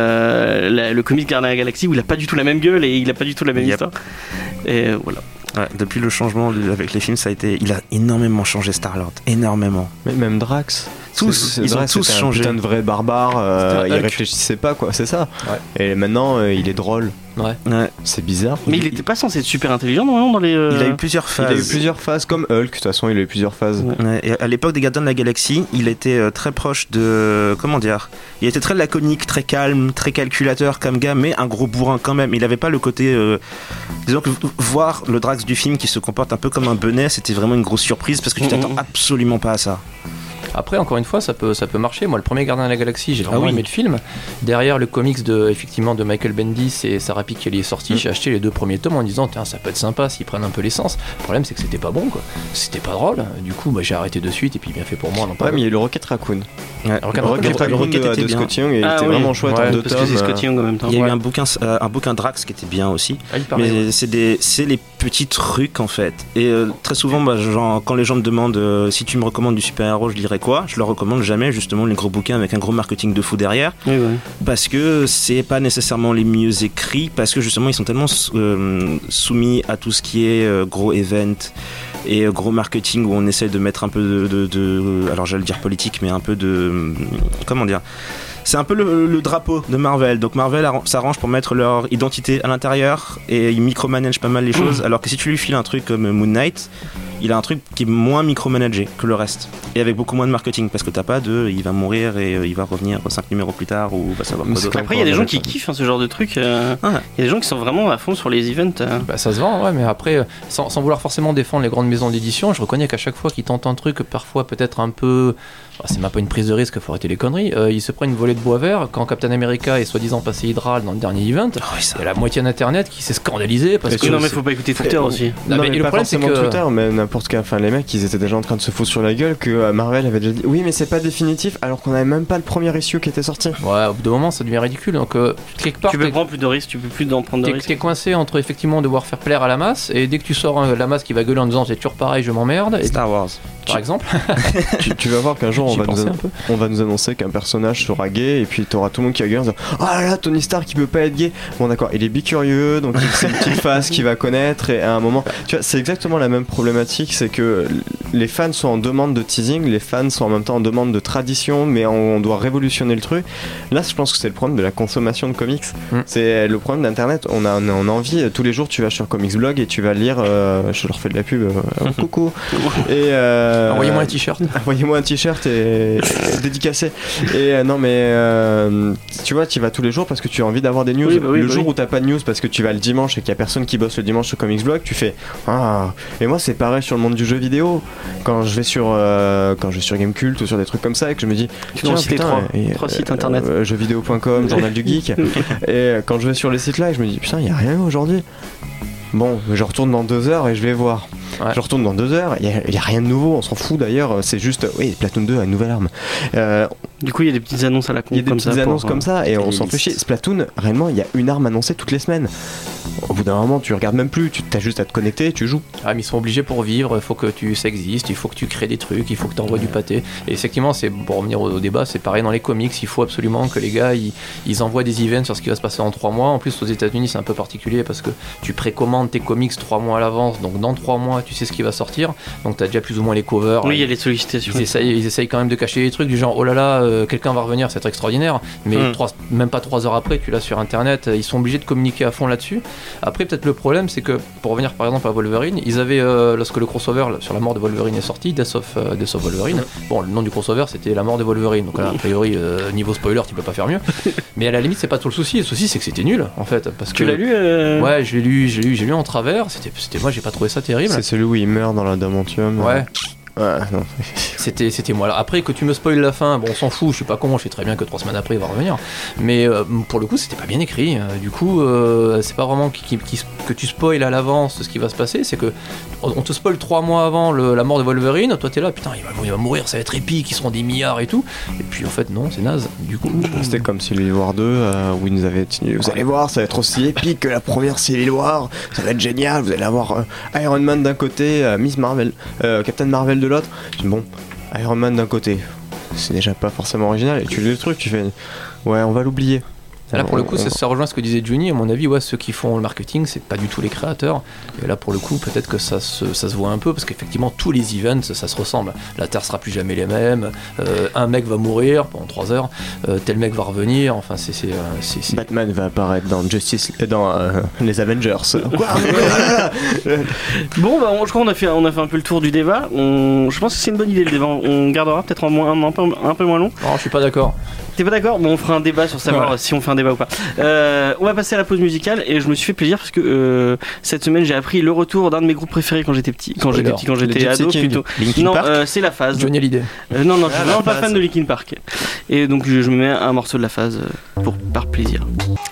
euh, la, le comic Gardien de la Galaxie où il a pas du tout la même gueule et il a pas du tout la même yep. histoire. Et euh, voilà. Ouais, depuis le changement avec les films, ça a été, il a énormément changé Star-Lord, énormément. Mais même Drax. Tous, c'est, c'est ils Drax, ont tous c'était changé. Un putain de vrai barbare, euh, il réfléchissait pas quoi, c'est ça. Ouais. Et maintenant, euh, il est drôle. Ouais. ouais. C'est bizarre. Mais il, il était pas censé être super intelligent normalement dans les. Euh... Il a eu plusieurs phases. Il a eu plusieurs phases, comme Hulk. De toute façon, il a eu plusieurs phases. Ouais. Et à l'époque des Gardiens de la Galaxie, il était euh, très proche de, comment dire, il était très laconique, très calme, très calculateur comme gars, mais un gros bourrin quand même. Il avait pas le côté, euh, disons que voir le Drax du film qui se comporte un peu comme un benet, c'était vraiment une grosse surprise parce que tu t'attends absolument pas à ça. Après, encore une fois, ça peut, ça peut marcher. Moi, le premier Gardien de la Galaxie, j'ai vraiment ah oui. aimé le film. Derrière le comics de, effectivement, de Michael Bendis et Sarah Pikeli est sorti, mmh. j'ai acheté les deux premiers tomes en disant tiens, ça peut être sympa s'ils prennent un peu l'essence. Le problème, c'est que c'était pas bon, quoi. C'était pas drôle. Du coup, bah, j'ai arrêté de suite et puis bien fait pour moi. Ouais, mais il y a eu le Rocket Raccoon. Ouais, Rocket, Rocket Raccoon, Rocket de, de Scott Young, il ah, était oui. vraiment chouette ouais, en deux parce tomes. Que c'est Scott Young en même temps. Il y a ouais. eu un bouquin, euh, un bouquin Drax qui était bien aussi. Ah, paraît, mais ouais. c'est, des, c'est les petits trucs en fait. Et euh, très souvent, bah, genre, quand les gens me demandent euh, si tu me recommandes du super-héros, je dirais quoi, je leur recommande jamais justement les gros bouquins avec un gros marketing de fou derrière. Oui, oui. Parce que c'est pas nécessairement les mieux écrits, parce que justement ils sont tellement euh, soumis à tout ce qui est euh, gros event et euh, gros marketing où on essaie de mettre un peu de, de, de alors j'allais dire politique, mais un peu de, comment dire, c'est un peu le, le drapeau de Marvel. Donc Marvel s'arrange pour mettre leur identité à l'intérieur et ils micromanagent pas mal les choses, alors que si tu lui files un truc comme Moon Knight, il a un truc qui est moins micromanagé que le reste et avec beaucoup moins de marketing parce que t'as pas de il va mourir et euh, il va revenir cinq numéros plus tard ou va savoir quoi d'autre. Après il y a des gens qui kiffent hein, ce genre de truc, euh, il ah. y a des gens qui sont vraiment à fond sur les events. Euh. Bah, ça se vend, ouais, mais après sans, sans vouloir forcément défendre les grandes maisons d'édition, je reconnais qu'à chaque fois qu'ils tentent un truc parfois peut-être un peu, bah, c'est même pas une prise de risque, faut arrêter les conneries, euh, ils se prennent une volée de bois vert quand Captain America est soi-disant passé Hydral dans le dernier event. Oh, oui, il y a la moitié d'internet qui s'est scandalisé parce que non mais faut pas écouter Twitter aussi. Non, non mais, mais le pas problème c'est que Twitter, mais n'importe quel, enfin les mecs ils étaient déjà en train de se foutre sur la gueule que Marvel avait déjà dit oui mais c'est pas définitif alors qu'on avait même pas le premier issue qui était sorti. Ouais, au bout d'un moment ça devient ridicule donc euh, quelque part tu peux prendre plus de risques, tu peux plus d'en prendre de t'es, risques. T'es coincé entre effectivement devoir faire plaire à la masse et dès que tu sors hein, la masse qui va gueuler en disant c'est toujours pareil je m'emmerde. Et Star Wars par tu... exemple. tu, tu vas voir qu'un jour on va, nous an... on va nous annoncer qu'un personnage sera gay et puis t'auras tout le monde qui va gueuler en disant oh là là Tony Stark qui peut pas être gay. Bon d'accord il est bicurieux donc c'est une petite phase qu'il va connaître et à un moment tu vois c'est exactement la même problématique, c'est que les fans sont en demande de teasing, les fans sont en même temps en demande de tradition, mais on doit révolutionner le truc. Là, je pense que c'est le problème de la consommation de comics. Mm. C'est le problème d'Internet. On a, on a envie, tous les jours, tu vas sur Comics Blog et tu vas lire. Euh, je leur fais de la pub. Euh, coucou. Et euh, envoyez-moi un t-shirt. Envoyez-moi un t-shirt et, et dédicacé. Et euh, non, mais euh, tu vois, tu vas tous les jours parce que tu as envie d'avoir des news. Oui, bah oui, le bah jour oui. où t'as pas de news parce que tu vas le dimanche et qu'il y a personne qui bosse le dimanche sur Comics Blog, tu fais ah. Et moi, c'est pareil sur le monde du jeu vidéo. Quand je vais sur euh, quand je vais sur Gamecult ou sur des trucs comme ça et que je me dis tu dois citer trois, et, trois sites internet euh, jeuxvideo point com, Journal du Geek et euh, quand je vais sur les sites là je me dis putain il y a rien aujourd'hui. Bon, je retourne dans deux heures et je vais voir. Ouais. Je retourne dans deux heures, il n'y a, a rien de nouveau, on s'en fout d'ailleurs, c'est juste, oui, Splatoon deux a une nouvelle arme. Euh, du coup, il y a des petites annonces à la con. Il y a des comme petites ça annonces pour, comme ça et on s'en fait chier. Splatoon, réellement, il y a une arme annoncée toutes les semaines. Au bout d'un moment, tu regardes même plus, tu as juste à te connecter et tu joues. Ah, mais ils sont obligés pour vivre, il faut que tu ça existe, il faut que tu crées des trucs, il faut que tu envoies ouais. du pâté. Et effectivement, c'est, pour revenir au, au débat, c'est pareil dans les comics, il faut absolument que les gars ils, ils envoient des events sur ce qui va se passer en trois mois. En plus, aux États-Unis, c'est un peu particulier parce que tu précommandes tes comics trois mois à l'avance, donc dans trois mois, mois, tu sais ce qui va sortir, donc t'as déjà plus ou moins les covers. Oui, il y a les sollicitations. Ils essayent, ils essayent quand même de cacher les trucs du genre, oh là là, euh, quelqu'un va revenir, c'est extraordinaire, mais Mm. trois, même pas trois heures après, tu l'as sur internet, ils sont obligés de communiquer à fond là-dessus. Après, peut-être le problème, c'est que, pour revenir par exemple à Wolverine, ils avaient, euh, lorsque le crossover sur la mort de Wolverine est sorti, Death of, euh, Death of Wolverine, bon, le nom du crossover c'était la mort de Wolverine, donc là, a priori, euh, niveau spoiler, tu peux pas faire mieux, mais à la limite, c'est pas trop le souci, le souci c'est que c'était nul, en fait, parce Tu que... l'as lu euh... Ouais, je l'ai lu, j'ai lu, j'ai lu en travers, c'était, c'était, moi j'ai pas trouvé ça terrible. C'est celui où il meurt dans l'adamantium. Ouais. Ouais, non. C'était, c'était moi. Alors après, que tu me spoil la fin, bon, on s'en fout, je suis pas con, je sais très bien que trois semaines après il va revenir. Mais euh, pour le coup, c'était pas bien écrit. Euh, du coup, euh, c'est pas vraiment qui, qui, qui, que tu spoil à l'avance ce qui va se passer, c'est que on te spoil trois mois avant le, la mort de Wolverine, toi t'es là, putain, il va, il va mourir, ça va être épique, ils seront des milliards et tout. Et puis en fait, non, c'est naze. Du coup, C'était comme Civil War deux euh, où ils nous avaient dit vous allez voir, ça va être aussi épique que la première Civil War, ça va être génial, vous allez avoir euh, Iron Man d'un côté, euh, Miss Marvel, euh, Captain Marvel de l'autre. Bon, Iron Man d'un côté, c'est déjà pas forcément original, et tu lis le truc, tu fais ouais, on va l'oublier. là pour le coup, ça, ça rejoint ce que disait Juni. À mon avis, ouais, ceux qui font le marketing, c'est pas du tout les créateurs. Et là, pour le coup, peut-être que ça se, ça se voit un peu parce qu'effectivement, tous les events, ça, ça se ressemble. La Terre sera plus jamais les mêmes. Euh, un mec va mourir pendant trois heures. Euh, tel mec va revenir. Enfin, c'est, c'est, euh, c'est, c'est... Batman va apparaître dans Justice, dans euh, les Avengers. Quoi Bon, bah, on, je crois qu'on a fait, on a fait un peu le tour du débat. On, je pense que c'est une bonne idée le débat. On gardera peut-être un, moins, un, un, peu, un peu moins long. Non, je suis pas d'accord. T'es pas d'accord? Bon, on fera un débat sur savoir Voilà. si on fait un débat ou pas. Euh, on va passer à la pause musicale et je me suis fait plaisir parce que euh, cette semaine j'ai appris le retour d'un de mes groupes préférés quand j'étais petit, quand j'étais Alors, petit, quand le j'étais Gypsy ado King. plutôt. Linkin Non, Park. euh, c'est la phase. Johnny Hallyday. Euh, non, non, je Ah, suis la vraiment pas phase. fan de Linkin Park. Et donc je, je me mets un morceau de la phase euh, pour par plaisir.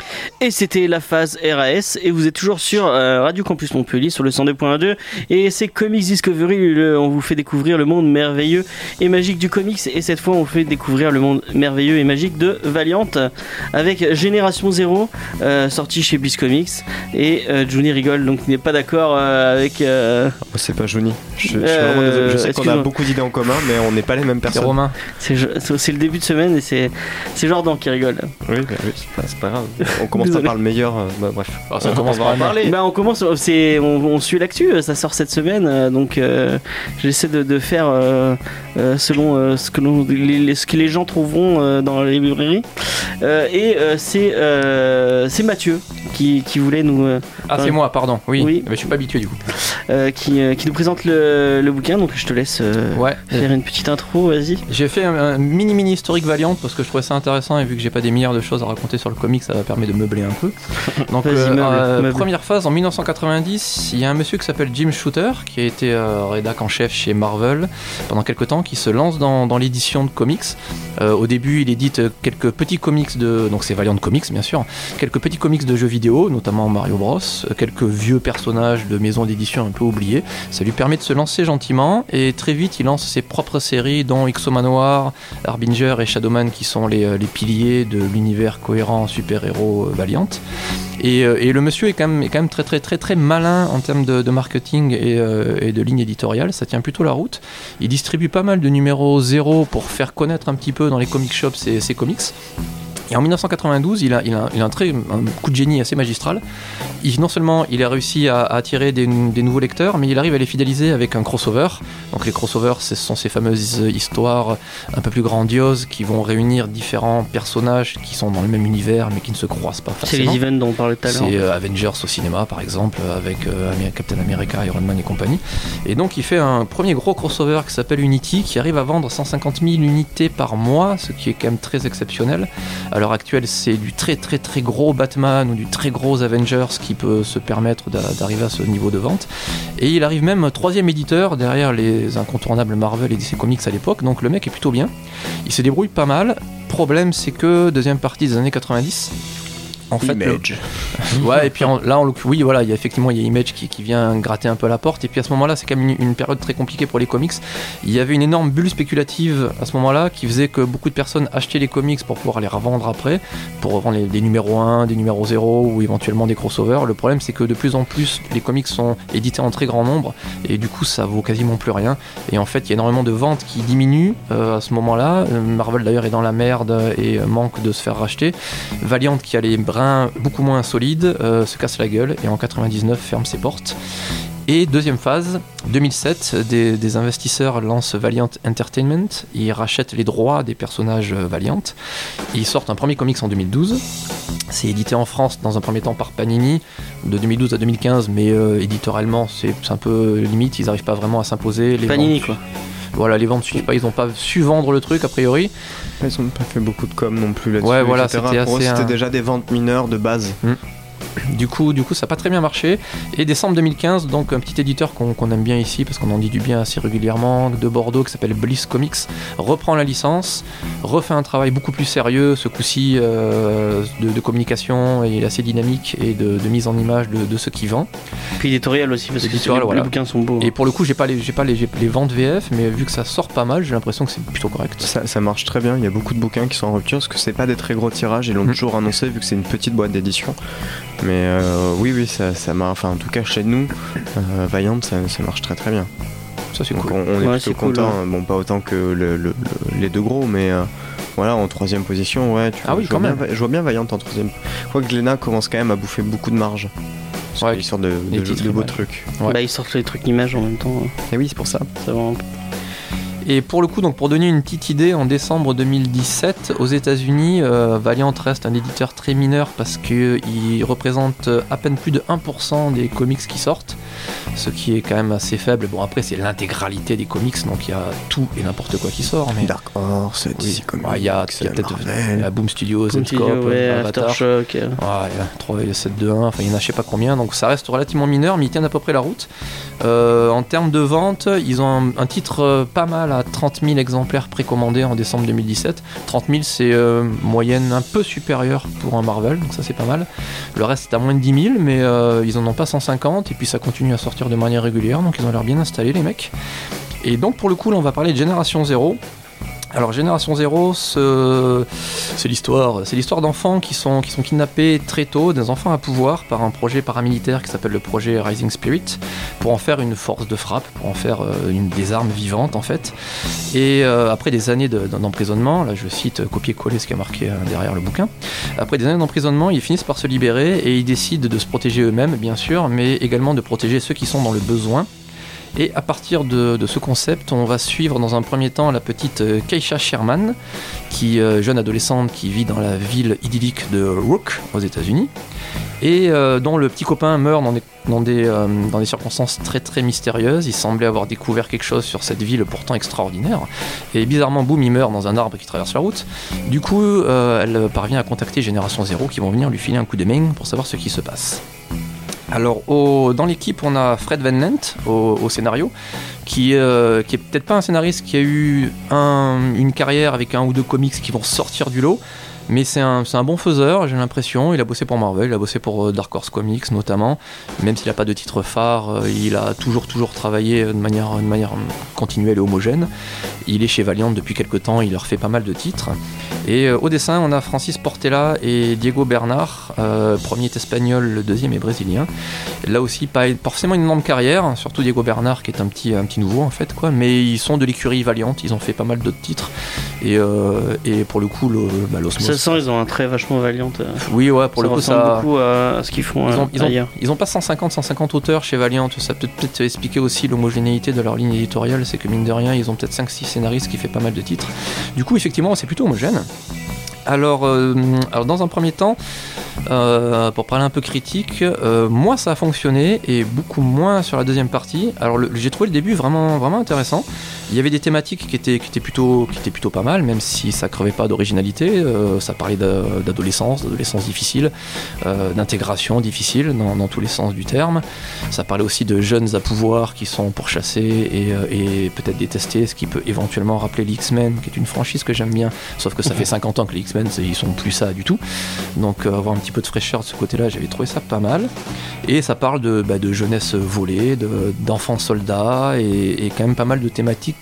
Et c'était la phase R A S et vous êtes toujours sur euh, Radio Campus Montpellier sur le cent deux point deux et c'est Comics Discovery, le- on vous fait découvrir le monde merveilleux et magique du comics et cette fois on vous fait découvrir le monde merveilleux et magique de Valiant avec Génération Zéro euh, sorti chez Bliss Comics et euh, Johnny rigole donc il n'est pas d'accord euh, avec euh, Oh, c'est pas Johnny. Je, je suis Euh, vraiment désolé. Je sais qu'on a excuse-moi. beaucoup d'idées en commun, mais on n'est pas les mêmes C'est personnes. Romain. c'est, c'est le début de semaine et c'est, c'est Jordan qui rigole. Oui, bah oui, c'est pas, c'est pas grave. On commence pas Désolé. par le meilleur. euh, bah, bref. Alors, ça commence par un- Bah on commence, c'est, on, on suit l'actu, ça sort cette semaine, euh, donc euh, j'essaie de, de faire euh, euh, selon euh, ce, que l'on- les, les- ce que les gens trouveront euh, dans les librairies. Euh, et euh, c'est, euh, c'est Mathieu qui, qui voulait nous, euh, Ah, c'est moi, pardon. Oui. Oui. Mais je suis pas habitué du coup. euh, qui, euh, qui nous présente le, le bouquin, donc je te laisse euh, Ouais. faire une petite intro, vas-y. J'ai fait un, un mini mini historique Valiant parce que je trouvais ça intéressant et vu que j'ai pas des milliards de choses à raconter sur le comic, ça permet de meubler un peu. Donc Vas-y, euh, meuble, euh, meuble. première phase en dix-neuf cent quatre-vingt-dix, il y a un monsieur qui s'appelle Jim Shooter qui a été euh, rédac en chef chez Marvel pendant quelques temps, qui se lance dans, dans l'édition de comics. Euh, au début, il édite quelques petits comics de, donc c'est Valiant Comics bien sûr, quelques petits comics de jeux vidéo, notamment Mario Bros, quelques vieux personnages de maisons d'édition un peu oubliés. Ça lui permet de se lancer gentiment et très vite il lance ses propres séries dont X-O-Manoir, Harbinger et Shadowman qui sont les, les piliers de l'univers cohérent super-héros euh, Valiant. Et, euh, et le monsieur est quand, même, est quand même très très très très malin en termes de, de marketing et, euh, et de ligne éditoriale, ça tient plutôt la route. Il distribue pas mal de numéros zéro pour faire connaître un petit peu dans les comic shops ses, ses comics. Et en dix-neuf cent quatre-vingt-douze, il a, il a, il a un, très, un coup de génie assez magistral. Il, non seulement il a réussi à, à attirer des, des nouveaux lecteurs, mais il arrive à les fidéliser avec un crossover. Donc les crossovers, ce sont ces fameuses histoires un peu plus grandioses qui vont réunir différents personnages qui sont dans le même univers mais qui ne se croisent pas C'est forcément. les events dont on parlait tout à l'heure. C'est euh, Avengers au cinéma par exemple, avec euh, Amer- Captain America, Iron Man et compagnie. Et donc il fait un premier gros crossover qui s'appelle Unity, qui arrive à vendre cent cinquante mille unités par mois, ce qui est quand même très exceptionnel. À l'heure actuelle, c'est du très très très gros Batman ou du très gros Avengers qui peut se permettre d'a- d'arriver à ce niveau de vente. Et il arrive même troisième éditeur derrière les incontournables Marvel et D C Comics à l'époque, donc le mec est plutôt bien. Il se débrouille pas mal. Problème, c'est que deuxième partie des années quatre-vingt-dix. En fait, le- Image. ouais, et puis en- là, en l'oc- oui, voilà, il y a effectivement il y a Image qui, qui vient gratter un peu à la porte. Et puis à ce moment-là, c'est quand même une, une période très compliquée pour les comics. Il y avait une énorme bulle spéculative à ce moment-là qui faisait que beaucoup de personnes achetaient les comics pour pouvoir les revendre après, pour revendre les, des numéros un, des numéros zéro ou éventuellement des crossovers. Le problème, c'est que de plus en plus, les comics sont édités en très grand nombre et du coup, ça vaut quasiment plus rien. Et en fait, il y a énormément de ventes qui diminuent euh, à ce moment-là. Euh, Marvel d'ailleurs est dans la merde et euh, manque de se faire racheter. Valiant, qui a les brins beaucoup moins solides, euh, se casse la gueule et en quatre-vingt-dix-neuf ferme ses portes. Et deuxième phase, deux mille sept, des, des investisseurs lancent Valiant Entertainment, ils rachètent les droits des personnages Valiant, ils sortent un premier comics en deux mille douze, c'est édité en France dans un premier temps par Panini, de deux mille douze à deux mille quinze, mais euh, éditorialement c'est, c'est un peu limite, ils n'arrivent pas vraiment à s'imposer. Les Panini ventes, quoi. Voilà, les ventes suivent pas, ils n'ont pas su vendre le truc a priori. Ils n'ont pas fait beaucoup de com non plus là-dessus. Ouais, voilà, et cetera. c'était Pour eux, assez c'était un- déjà des ventes mineures de base. Du coup, du coup, ça n'a pas très bien marché. Et décembre deux mille quinze, donc un petit éditeur qu'on, qu'on aime bien ici, parce qu'on en dit du bien assez régulièrement, de Bordeaux, qui s'appelle Bliss Comics, reprend la licence, refait un travail beaucoup plus sérieux, ce coup-ci euh, de, de communication, et assez dynamique, et de, de mise en image de, de ce qui vend. Puis éditorial aussi, parce que Éditorial, les, voilà. les bouquins sont beaux. Et pour le coup, j'ai pas les, j'ai pas les, j'ai les ventes V F, mais vu que ça sort pas mal, j'ai l'impression que c'est plutôt correct. Ça, ça marche très bien, il y a beaucoup de bouquins qui sont en rupture, parce que c'est pas des très gros tirages, ils l'ont Mm. toujours annoncé vu que c'est une petite boîte d'édition. Mais euh, oui, oui, ça, ça marche, enfin en tout cas chez nous, euh, Valiant, ça, ça marche très très bien. Ça, c'est Donc cool. on, on est Ouais, plutôt c'est cool, content, bon pas autant que le, le- le- les deux gros, mais euh, voilà, en troisième position, ouais, tu Ah oui, je, vois quand bien, même. Va- je vois bien Valiant en troisième. Je crois que Glénat commence quand même à bouffer beaucoup de marge. Parce Ouais, qu'ils sortent de, les de, titres de beaux images. trucs. Ouais. Bah, ils sortent les trucs d'images en même temps. Et oui, c'est pour ça. Ça va un peu. Et pour le coup, donc pour donner une petite idée, en décembre deux mille dix-sept, aux États-Unis, euh, Valiant reste un éditeur très mineur parce qu'il représente à peine plus de un pour cent des comics qui sortent, ce qui est quand même assez faible. Bon, après, c'est l'intégralité des comics, donc il y a tout et n'importe quoi qui sort. Mais Dark Horse, oui. D C Comics, Ouais, il y a il y a peut-être Marvel. la Boom Studios, Boom Zenscope, Studio, ouais, Avatar. Aftershock. euh. Ouais, il y a trois, il y a sept, deux, un, enfin il y en a je sais pas combien, donc ça reste relativement mineur, mais ils tiennent à peu près la route. Euh, en termes de vente, ils ont un, un titre euh, pas mal à trente mille exemplaires précommandés en décembre deux mille dix-sept. trente mille, c'est euh, moyenne un peu supérieure pour un Marvel, donc ça c'est pas mal. Le reste c'est à moins de dix mille, mais euh, ils en ont pas cent cinquante, et puis ça continue à sortir de manière régulière, donc ils ont l'air bien installés les mecs. Et donc pour le coup, là on va parler de Génération Zéro. Alors Génération Zéro, ce- c'est l'histoire, c'est l'histoire d'enfants qui sont, qui sont kidnappés très tôt, des enfants à pouvoir, par un projet paramilitaire qui s'appelle le projet Rising Spirit, pour en faire une force de frappe, pour en faire euh, une, des armes vivantes en fait. Et euh, après des années de- d'emprisonnement, là je cite euh, copier-coller ce qui a marqué euh, derrière le bouquin, après des années d'emprisonnement, ils finissent par se libérer et ils décident de se protéger eux-mêmes bien sûr, mais également de protéger ceux qui sont dans le besoin. Et à partir de, de ce concept, on va suivre dans un premier temps la petite euh, Keisha Sherman, qui euh, jeune adolescente qui vit dans la ville idyllique de Rook aux États-Unis, et euh, dont le petit copain meurt dans des, dans, des, euh, dans des circonstances très très mystérieuses. Il semblait avoir découvert quelque chose sur cette ville pourtant extraordinaire, et bizarrement, boum, il meurt dans un arbre qui traverse la route. Du coup, euh, elle parvient à contacter Génération Zéro qui vont venir lui filer un coup de main pour savoir ce qui se passe. Alors, au, dans l'équipe, on a Fred Van Lent au, au scénario, qui, euh, qui est peut-être pas un scénariste qui a eu un, une carrière avec un ou deux comics qui vont sortir du lot, mais c'est un, c'est un bon faiseur, j'ai l'impression. Il a bossé pour Marvel, il a bossé pour euh, Dark Horse Comics notamment, même s'il n'a pas de titre phare, euh, il a toujours toujours travaillé de manière, de manière continuelle et homogène. Il est chez Valiant depuis quelques temps, il leur fait pas mal de titres. Et euh, au dessin, on a Francis Portela et Diego Bernard, euh, premier est espagnol, le deuxième est brésilien. Là aussi, pas forcément une énorme carrière, surtout Diego Bernard qui est un petit, un petit nouveau en fait, quoi. Mais ils sont de l'écurie Valiant, ils ont fait pas mal d'autres titres. Et, euh, et pour le coup, le, bah, l'Osmos. Ça sent, ils ont un trait vachement Valiant. euh. Oui, ouais, pour ça le coup, ressemble ça. beaucoup à, à ce qu'ils font Ils euh, ont, ils, ont, ailleurs. ils ont pas cent cinquante cent cinquante auteurs chez Valiant, ça peut peut-être expliquer aussi l'homogénéité de leur ligne éditoriale, c'est que mine de rien, ils ont peut-être cinq six scénaristes qui fait pas mal de titres. Du coup, effectivement, c'est plutôt homogène. Alors, euh, alors dans un premier temps, euh, pour parler un peu critique, euh, moi ça a fonctionné et beaucoup moins sur la deuxième partie. Alors le, j'ai trouvé le début vraiment, vraiment intéressant. Il y avait des thématiques qui étaient, qui étaient, plutôt, qui étaient plutôt pas mal, même si ça crevait pas d'originalité. Euh, ça parlait d'a- d'adolescence, d'adolescence difficile, euh, d'intégration difficile dans, dans tous les sens du terme. Ça parlait aussi de jeunes à pouvoir qui sont pourchassés et, euh, et peut-être détestés, ce qui peut éventuellement rappeler les X-Men, qui est une franchise que j'aime bien, sauf que ça fait cinquante ans que les X-Men, c'est- ils sont plus ça du tout. Donc euh, avoir un petit peu de fraîcheur de ce côté-là, j'avais trouvé ça pas mal. Et ça parle de, bah, de jeunesse volée, de, d'enfants soldats, et, et quand même pas mal de thématiques qui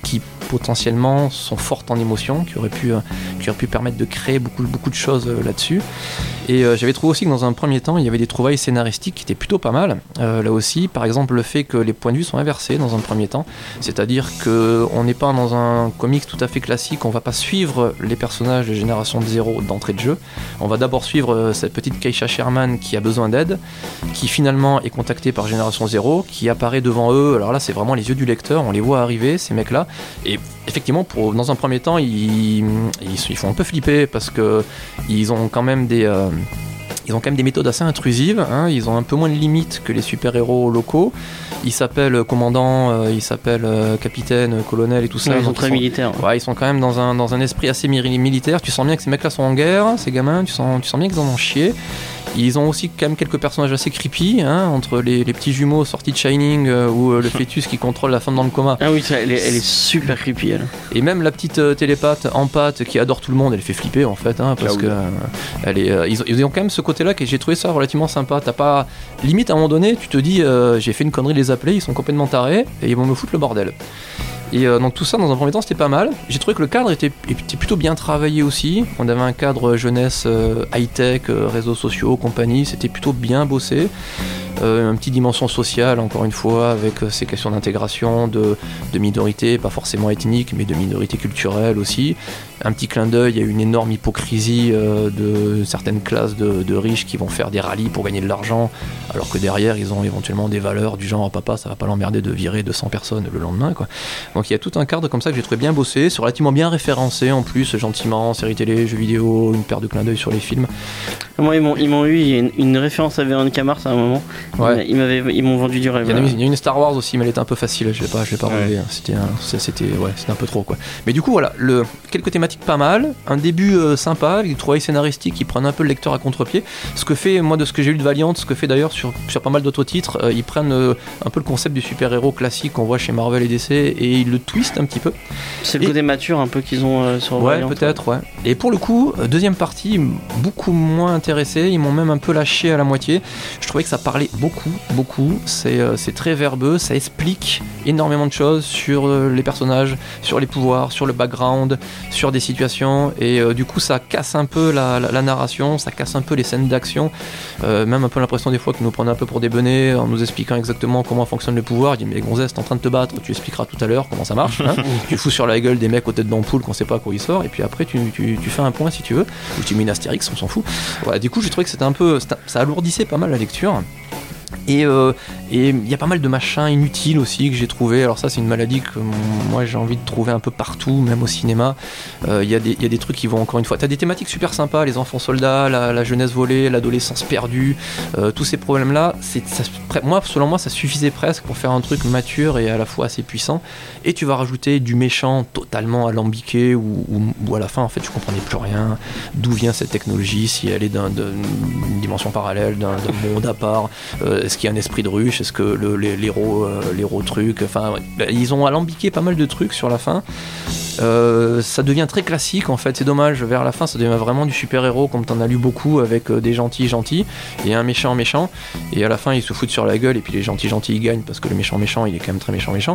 potentiellement sont fortes en émotion, qui auraient pu, euh, qui auraient pu permettre de créer beaucoup, beaucoup de choses euh, là-dessus. Et euh, j'avais trouvé aussi que dans un premier temps, il y avait des trouvailles scénaristiques qui étaient plutôt pas mal. Euh, là aussi, par exemple, le fait que les points de vue sont inversés dans un premier temps, c'est-à-dire qu'on n'est pas dans un comics tout à fait classique, on va pas suivre les personnages de Génération Zéro d'entrée de jeu. On va d'abord suivre euh, cette petite Keisha Sherman qui a besoin d'aide, qui finalement est contactée par Génération Zéro, qui apparaît devant eux. Alors là, c'est vraiment les yeux du lecteur, on les voit arriver, ces mecs-là. Et effectivement, pour, dans un premier temps, ils, ils, ils font un peu flipper parce que ils ont quand même des... Euh, Ils ont quand même des méthodes assez intrusives, hein. Ils ont un peu moins de limites que les super-héros locaux. Ils s'appellent commandant, euh, ils s'appellent euh, capitaine, colonel et tout ça. Ouais, ils sont Donc, très ils sont, militaires. Ouais, ils sont quand même dans un, dans un esprit assez militaire. Tu sens bien que ces mecs-là sont en guerre, ces gamins, tu sens, tu sens bien qu'ils en ont chié. Ils ont aussi quand même quelques personnages assez creepy, hein, entre les, les petits jumeaux sortis de Shining euh, ou euh, le fœtus qui contrôle la femme dans le coma. Ah oui, elle est, elle est super creepy, elle. Et même la petite euh, télépathe en pâte qui adore tout le monde, elle fait flipper en fait, hein, parce que euh, elle est, euh, ils, ont, ils ont quand même ce côté-là que j'ai trouvé ça relativement sympa. T'as pas limite à un moment donné, tu te dis euh, j'ai fait une connerie de les appeler, ils sont complètement tarés et ils vont me foutre le bordel. Et euh, donc tout ça dans un premier temps c'était pas mal. J'ai trouvé que le cadre était, était plutôt bien travaillé aussi. On avait un cadre jeunesse euh, high-tech, euh, réseaux sociaux, compagnie, c'était plutôt bien bossé. Euh, une petite dimension sociale encore une fois avec euh, ces questions d'intégration de, de minorités, pas forcément ethniques mais de minorités culturelles aussi. Un petit clin d'œil à une énorme hypocrisie euh, de certaines classes de, de riches qui vont faire des rallyes pour gagner de l'argent alors que derrière ils ont éventuellement des valeurs du genre oh, papa ça va pas l'emmerder de virer deux cents personnes le lendemain quoi. Donc il y a tout un cadre comme ça que j'ai trouvé bien bossé, c'est relativement bien référencé en plus gentiment, séries télé, jeux vidéo, une paire de clins d'œil sur les films. Moi ils m'ont, ils m'ont eu, il y a une, une référence à Véronica Mars à un moment. Ouais. Ils, m'avaient, ils m'ont vendu du rêve. Il y, en a une, il y a une Star Wars aussi mais elle était un peu facile, je l'ai pas, je l'ai pas ouais. relevé, c'était, un, c'était, ouais, c'était un peu trop quoi. Mais du coup voilà, le, quelques thématiques pas mal, un début euh, sympa, les trouvailles scénaristiques qui prennent un peu le lecteur à contre-pied. Ce que fait, moi de ce que j'ai lu de Valiant, ce que fait d'ailleurs sur, sur pas mal d'autres titres, euh, ils prennent euh, un peu le concept du super-héros classique qu'on voit chez Marvel et D C et ils le twistent un petit peu. C'est le et... côté mature un peu qu'ils ont euh, sur Ouais, Valiant. peut-être, ouais. Et pour le coup, euh, deuxième partie, beaucoup moins intéressé, ils m'ont même un peu lâché à la moitié. Je trouvais que ça parlait beaucoup, beaucoup, c'est, euh, c'est très verbeux, ça explique énormément de choses sur euh, les personnages, sur les pouvoirs, sur le background, sur des situations, et euh, du coup ça casse un peu la, la, la narration, ça casse un peu les scènes d'action, euh, même un peu l'impression des fois qu'ils nous prenaient un peu pour des benets en nous expliquant exactement comment fonctionne le pouvoir. Je dis mais gonzesse, t'es en train de te battre, tu expliqueras tout à l'heure comment ça marche, hein. Tu fous sur la gueule des mecs aux têtes d'ampoule qu'on sait pas à quoi ils sortent, et puis après tu, tu, tu fais un point si tu veux, ou tu mets une astérix, on s'en fout. Voilà, du coup j'ai trouvé que c'était un peu, c'était, ça alourdissait pas mal la lecture. Et il euh, y a pas mal de machins inutiles aussi que j'ai trouvé. Alors ça c'est une maladie que moi j'ai envie de trouver un peu partout, même au cinéma. Il euh, y, y a des trucs qui vont encore une fois. T'as des thématiques super sympas, les enfants soldats, la, la jeunesse volée, l'adolescence perdue, euh, tous ces problèmes-là. C'est, ça, moi, selon moi, ça suffisait presque pour faire un truc mature et à la fois assez puissant. Et tu vas rajouter du méchant totalement alambiqué ou, ou, ou à la fin en fait je comprenais plus rien. D'où vient cette technologie, si elle est d'un, d'une dimension parallèle, d'un, d'un monde à part. Euh, Est-ce qu'il y a un esprit de ruche? Est-ce que le, les, l'héros, euh, l'héros truc, enfin, ils ont alambiqué pas mal de trucs sur la fin. Euh, ça devient très classique en fait, c'est dommage. Vers la fin, ça devient vraiment du super-héros comme t'en as lu beaucoup avec euh, des gentils gentils et un méchant méchant. Et à la fin, ils se foutent sur la gueule et puis les gentils gentils ils gagnent parce que le méchant méchant, il est quand même très méchant méchant.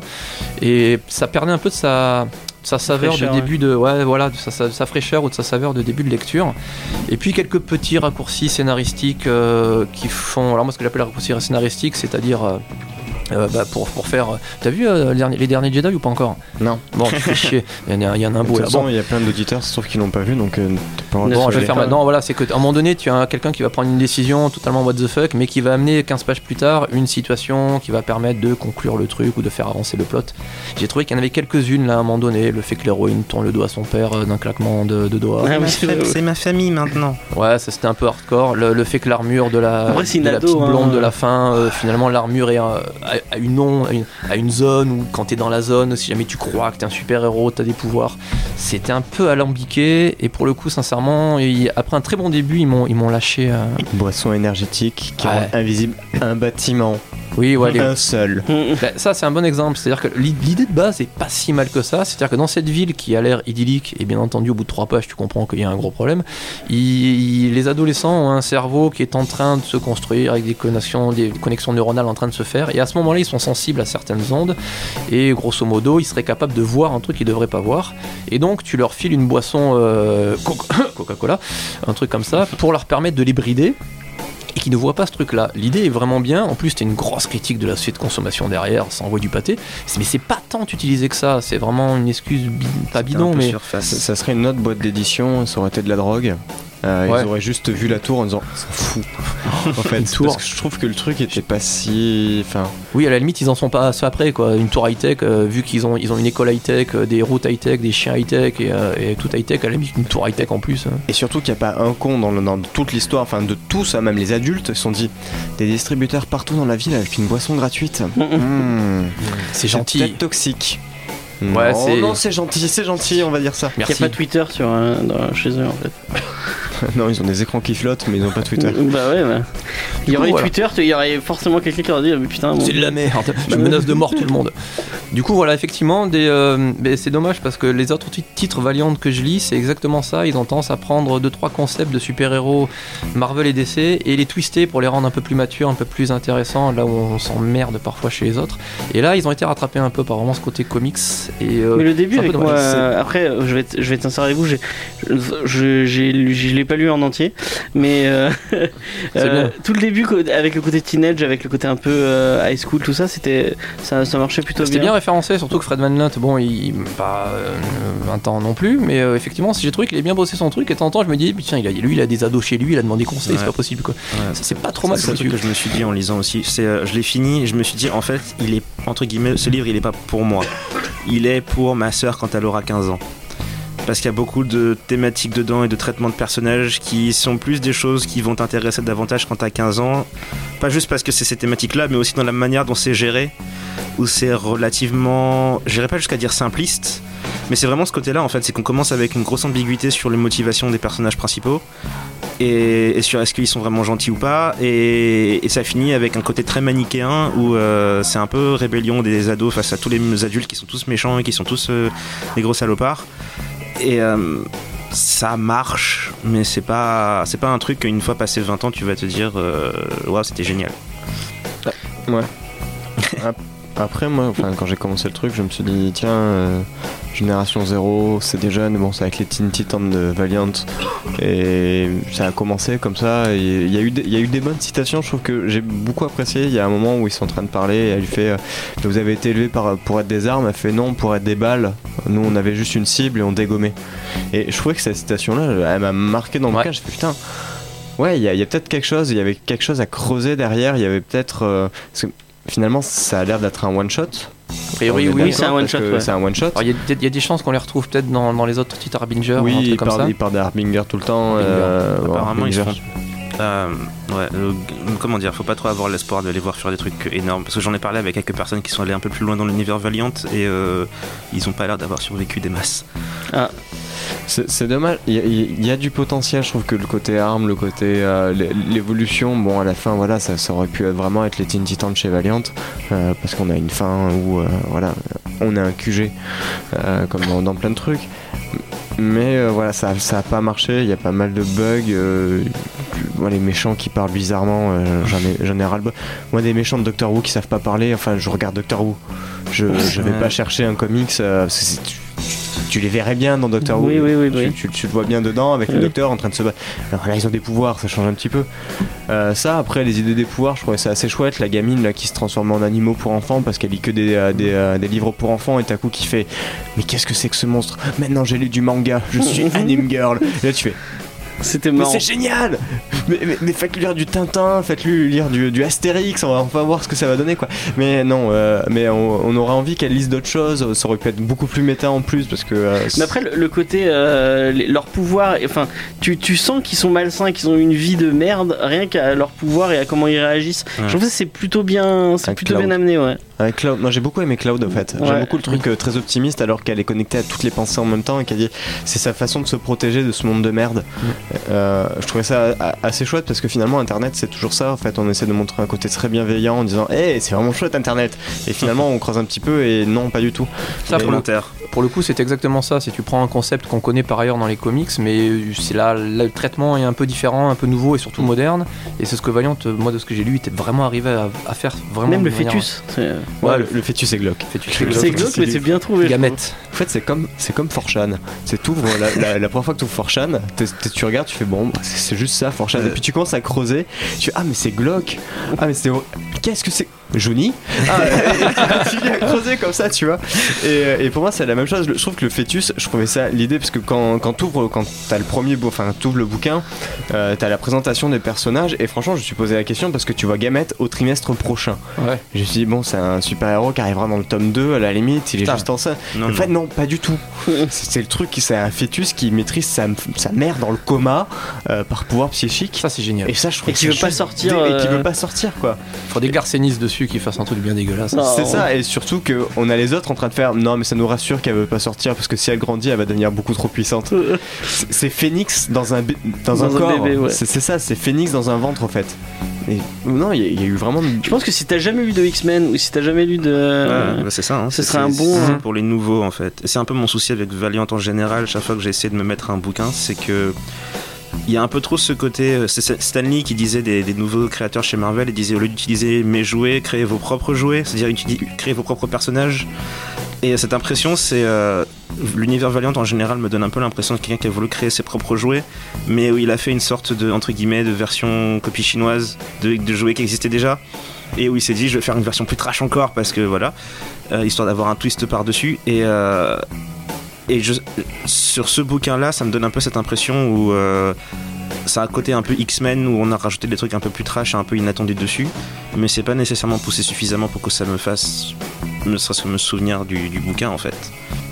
Et ça perdait un peu de sa sa saveur fraîcheur, de début ouais. de ouais voilà de sa, sa, sa fraîcheur ou de sa saveur de début de lecture. Et puis quelques petits raccourcis scénaristiques euh, qui font, alors moi ce que j'appelle raccourcis scénaristiques, c'est-à-dire euh, Euh, bah pour, pour faire. T'as vu euh, les, derniers, les derniers Jedi ou pas encore? Non. Bon, tu fais chier. Il y, y en a un beau là. Bon, il y a plein d'auditeurs, sauf qu'ils n'ont pas vu, donc. Euh, bon, je vais faire maintenant. Voilà, c'est qu'à un moment donné, tu as quelqu'un qui va prendre une décision totalement what the fuck, mais qui va amener quinze pages plus tard une situation qui va permettre de conclure le truc ou de faire avancer le plot. J'ai trouvé qu'il y en avait quelques-unes là à un moment donné. Le fait que l'héroïne tourne le doigt à son père euh, d'un claquement de, de doigts. Ouais, c'est, ma c'est ma famille maintenant. Ouais, ça c'était un peu hardcore. Le, le fait que l'armure de la, Après, de la ado, petite blonde hein. de la fin, euh, finalement l'armure est à, à, à une non. À une, à une zone où quand t'es dans la zone, si jamais tu crois que t'es un super héros, t'as des pouvoirs, c'était un peu alambiqué. Et pour le coup sincèrement, il, après un très bon début, ils m'ont, ils m'ont lâché euh... boisson énergétique qui ouais. rend invisible un bâtiment. Oui, ouais, les- Un seul. Bah, ça c'est un bon exemple, c'est-à-dire que l'idée de base est pas si mal que ça, c'est-à-dire que dans cette ville qui a l'air idyllique, et bien entendu au bout de trois pages tu comprends qu'il y a un gros problème, il, il- les adolescents ont un cerveau qui est en train de se construire avec des connexions, des connexions neuronales en train de se faire, et à ce moment-là ils sont sensibles à certaines ondes, et grosso modo ils seraient capables de voir un truc qu'ils devraient pas voir, et donc tu leur files une boisson euh, Coca-Cola, un truc comme ça, pour leur permettre de les brider, et qui ne voient pas ce truc-là. L'idée est vraiment bien. En plus, c'était une grosse critique de la société de consommation derrière, ça envoie du pâté. Mais c'est pas tant utilisé que ça. C'est vraiment une excuse bi- pas bidon, mais Ça, ça serait une autre boîte d'édition, ça aurait été de la drogue. Euh, Ouais. Ils auraient juste vu la tour en disant on s'en fout. En fait, tour. parce que je trouve que le truc était pas si. Enfin, oui, à la limite, ils en sont pas assez après, quoi. Une tour high-tech, euh, vu qu'ils ont, ils ont une école high-tech, euh, des routes high-tech, des chiens high-tech et, euh, et tout high-tech, à la limite, une tour high-tech en plus. hein. et surtout qu'il n'y a pas un con dans, le- dans toute l'histoire, enfin de tous, hein, même les adultes, ils se sont dit des distributeurs partout dans la ville avec une boisson gratuite. Mmh. C'est gentil. Peut-être toxique. Ouais, non, c'est- non, c'est gentil, c'est gentil, on va dire ça. Il n'y a Merci. pas Twitter sur, euh, dans- chez eux en fait. Non, ils ont des écrans qui flottent, mais ils n'ont pas Twitter. Bah ouais, bah. Il y coup, aurait voilà. Twitter, il y aurait forcément quelqu'un qui aurait dit, mais putain, bon. C'est de la merde, je menace de mort tout le monde. Du coup, voilà, effectivement, des, euh, mais c'est dommage parce que les autres tit- titres Valiant que je lis, c'est exactement ça. Ils ont tendance à prendre deux trois concepts de super-héros Marvel et D C et les twister pour les rendre un peu plus matures, un peu plus intéressants, là où on s'emmerde parfois chez les autres. Et là, ils ont été rattrapés un peu par vraiment ce côté comics. Et, euh, Mais le début c'est un peu avec moi, dommage. euh, après euh, je vais être, je vais être sincère avec vous, j'ai, je, j'ai, lu- je l'ai pas lu en entier, mais euh, euh, bien. tout le début co- avec le côté teenage, avec le côté un peu euh, high school, tout ça, c'était, ça, ça marchait plutôt C'était bien. bien référencé, surtout que Fred Van Lint, bon, il pas euh, vingt ans non plus, mais euh, effectivement, si j'ai trouvé qu'il a bien bossé son truc, et de temps en temps, je me dis, tiens, il a, lui, il a des ados chez lui, il a demandé conseil, Ouais. c'est pas possible, quoi. Ouais. Ça, c'est pas trop mal C'est un foutu. truc que je me suis dit en lisant aussi. C'est, euh, je l'ai fini et je me suis dit, en fait, il est, entre guillemets, ce livre, il est pas pour moi. Il est pour ma sœur quand elle aura quinze ans. Parce qu'il y a beaucoup de thématiques dedans et de traitements de personnages qui sont plus des choses qui vont t'intéresser davantage quand t'as quinze ans. Pas juste parce que c'est ces thématiques-là, mais aussi dans la manière dont c'est géré, où c'est relativement, j'irais pas jusqu'à dire simpliste, mais c'est vraiment ce côté-là en fait, c'est qu'on commence avec une grosse ambiguïté sur les motivations des personnages principaux. Et, et sur est-ce qu'ils sont vraiment gentils ou pas, et, et ça finit avec un côté très manichéen où euh, c'est un peu rébellion des ados face à tous les adultes qui sont tous méchants et qui sont tous euh, des gros salopards. Et euh, ça marche, mais c'est pas, c'est pas un truc qu'une fois passé vingt ans tu vas te dire euh, waouh, c'était génial. Ouais. Après, moi, enfin, quand j'ai commencé le truc, je me suis dit, tiens, euh, Génération zéro, c'est des jeunes, bon, c'est avec les Teen Titans de Valiant, et ça a commencé comme ça. Il y, a eu des- il y a eu des bonnes citations, je trouve que j'ai beaucoup apprécié. Il y a un moment où ils sont en train de parler, et elle lui fait, euh, vous avez été élevés par, pour être des armes, elle fait non, pour être des balles. Nous, on avait juste une cible et on dégommait. Et je trouvais que cette citation-là, elle m'a marqué dans le Ouais. cas. J'ai fait putain. Ouais, il y, a- il y a peut-être quelque chose, il y avait quelque chose à creuser derrière, il y avait peut-être. euh, parce que finalement, ça a l'air d'être un one-shot. A priori, On est oui. d'accord, c'est un one parce shot, que ouais. C'est un one-shot. Alors, il y, a des- il y a des chances qu'on les retrouve peut-être dans, dans les autres titres Harbinger, Oui, un il truc comme part, ça. il part des Harbinger tout le temps. Harbinger. euh, bon, Apparemment, ils Harbinger. font. Euh, ouais, euh, comment dire, faut pas trop avoir l'espoir de les voir faire des trucs énormes. Parce que j'en ai parlé avec quelques personnes qui sont allées un peu plus loin dans l'univers Valiant et euh, ils ont pas l'air d'avoir survécu des masses. C'est c'est dommage, il y, a- il y a du potentiel, je trouve que le côté arme, le côté euh, l'é- l'évolution, bon à la fin voilà, ça, ça aurait pu être vraiment être les Teen Titans chez Valiant, euh, parce qu'on a une fin où euh, voilà, on a un Q G euh, comme dans, dans plein de trucs. Mais euh, voilà, ça, ça a pas marché, il y a pas mal de bugs, euh, moi, les méchants qui parlent bizarrement, euh, j'en ai, j'en ai ras-le-bol. Moi des méchants de Doctor Who qui savent pas parler, enfin je regarde Doctor Who, je, je vais Ouais. pas chercher un comics, euh, parce que c'est- tu, tu les verrais bien dans Doctor Who. Oui, oui, oui, Tu, oui. tu- tu le vois bien dedans avec le Oui. docteur en train de se battre. Alors là, ils ont des pouvoirs, ça change un petit peu. Euh, ça, après, les idées des pouvoirs, je trouvais ça assez chouette. La gamine là qui se transforme en animaux pour enfants parce qu'elle lit que des, euh, des, euh, des livres pour enfants et t'as coup qui fait mais qu'est-ce que c'est que ce monstre? Maintenant j'ai lu du manga, je suis anime girl. Et là tu fais C'était mais marrant. c'est génial. Mais, mais, mais faites-lui lire du Tintin, faites-lui lire du, du Astérix, on va, on va voir ce que ça va donner quoi. Mais non, euh, mais on, on aurait envie qu'elle lise d'autres choses. Ça aurait pu être beaucoup plus méta en plus parce que. euh, Mais après, le, le côté, euh, les- leur pouvoir, enfin, tu, tu sens qu'ils sont malsains, qu'ils ont une vie de merde, rien qu'à leur pouvoir et à comment ils réagissent. Ouais. Je trouve que c'est plutôt bien, c'est Un plutôt Cloud. bien amené, ouais. Avec Cloud, moi j'ai beaucoup aimé Cloud en fait. Ouais. J'aime beaucoup le truc euh, très optimiste alors qu'elle est connectée à toutes les pensées en même temps et qu'elle dit c'est sa façon de se protéger de ce monde de merde. Mm. Euh, je trouvais ça a- assez chouette parce que finalement Internet c'est toujours ça en fait. On essaie de montrer un côté très bienveillant en disant hé c'est vraiment chouette Internet et finalement on creuse un petit peu et non pas du tout. Ça, Mais- pour le, Volontaire. pour le coup, c'est exactement ça. Si tu prends un concept qu'on connaît par ailleurs dans les comics, mais c'est là, là, le traitement est un peu différent, un peu nouveau et surtout moderne. Et c'est ce que Valiant, euh, moi de ce que j'ai lu, était vraiment arrivé à, à faire vraiment. Même de le manière- fêtus. C'est Ouais, le, le fœtus est glauque. Fœtus, c'est c'est glauque, mais c'est bien trouvé. je gamète. En fait, c'est comme, c'est comme four chan. C'est t'ouvres la, la, la première fois que tu ouvres four chan, t'es- t'es- tu regardes, tu fais bon, c'est, c'est juste ça, four chan. Et puis tu commences à creuser, tu fais ah, mais c'est glauque. Ah, mais c'est. Qu'est-ce que c'est Johnny ah, et tu continues à creuser comme ça, tu vois. Et, et pour moi, c'est la même chose. Je trouve que le fœtus, je trouvais ça l'idée, parce que quand, quand t'ouvres, quand t'as le premier, bou- enfin, t'ouvres le bouquin, euh, t'as la présentation des personnages, et franchement, je me suis posé la question parce que tu vois Gamete au trimestre prochain. Ouais. Je me suis dit, bon, c'est un super-héros qui arrivera dans le tome deux, à la limite, il est Putain. juste en ça. Non, En non. fait, non, pas du tout. c'est, c'est le truc, c'est un fœtus qui maîtrise sa, sa mère dans le coma euh, par pouvoir psychique. Ça, c'est génial. Et ça, je trouve Et qui ça veut pas juste sortir, dé- Et qui euh, veut pas sortir, quoi. Il faudrait des Garcenis dessus qui fassent un truc bien dégueulasse. Non. C'est ça, et surtout qu'on a les autres en train de faire non, mais ça nous rassure qu'elle veut pas sortir parce que si elle grandit, elle va devenir beaucoup trop puissante. C'est, c'est Phoenix dans un, bé- dans Dans un un corps. bébé, ouais. c'est, c'est ça, c'est Phoenix dans un ventre, en fait. Et, non, il y, a- il y a eu vraiment. Je pense que si t'as jamais lu de X-Men ou si t'as jamais lu de. Ouais, bah c'est ça. Hein. ce C'est- serait un c'est- bon, c'est hein. pour les nouveaux en fait. Et c'est un peu mon souci avec Valiant en général. Chaque fois que j'ai essayé de me mettre un bouquin, c'est que il y a un peu trop ce côté. euh, C'est Stan Lee qui disait des, des nouveaux créateurs chez Marvel. Il disait au lieu d'utiliser mes jouets, créez vos propres jouets, c'est-à-dire utilise- créez vos propres personnages. Et cette impression, c'est euh, l'univers Valiant en général me donne un peu l'impression de quelqu'un qui a voulu créer ses propres jouets, mais où il a fait une sorte de entre guillemets de version copie chinoise de, de jouets qui existaient déjà. Et où il s'est dit je vais faire une version plus trash encore parce que voilà, euh, histoire d'avoir un twist par dessus. Et euh, et je, sur ce bouquin là, ça me donne un peu cette impression où euh, ça a un côté un peu X-Men où on a rajouté des trucs un peu plus trash et un peu inattendus dessus, mais c'est pas nécessairement poussé suffisamment pour que ça me fasse ne serait-ce que me souvenir du, du bouquin en fait.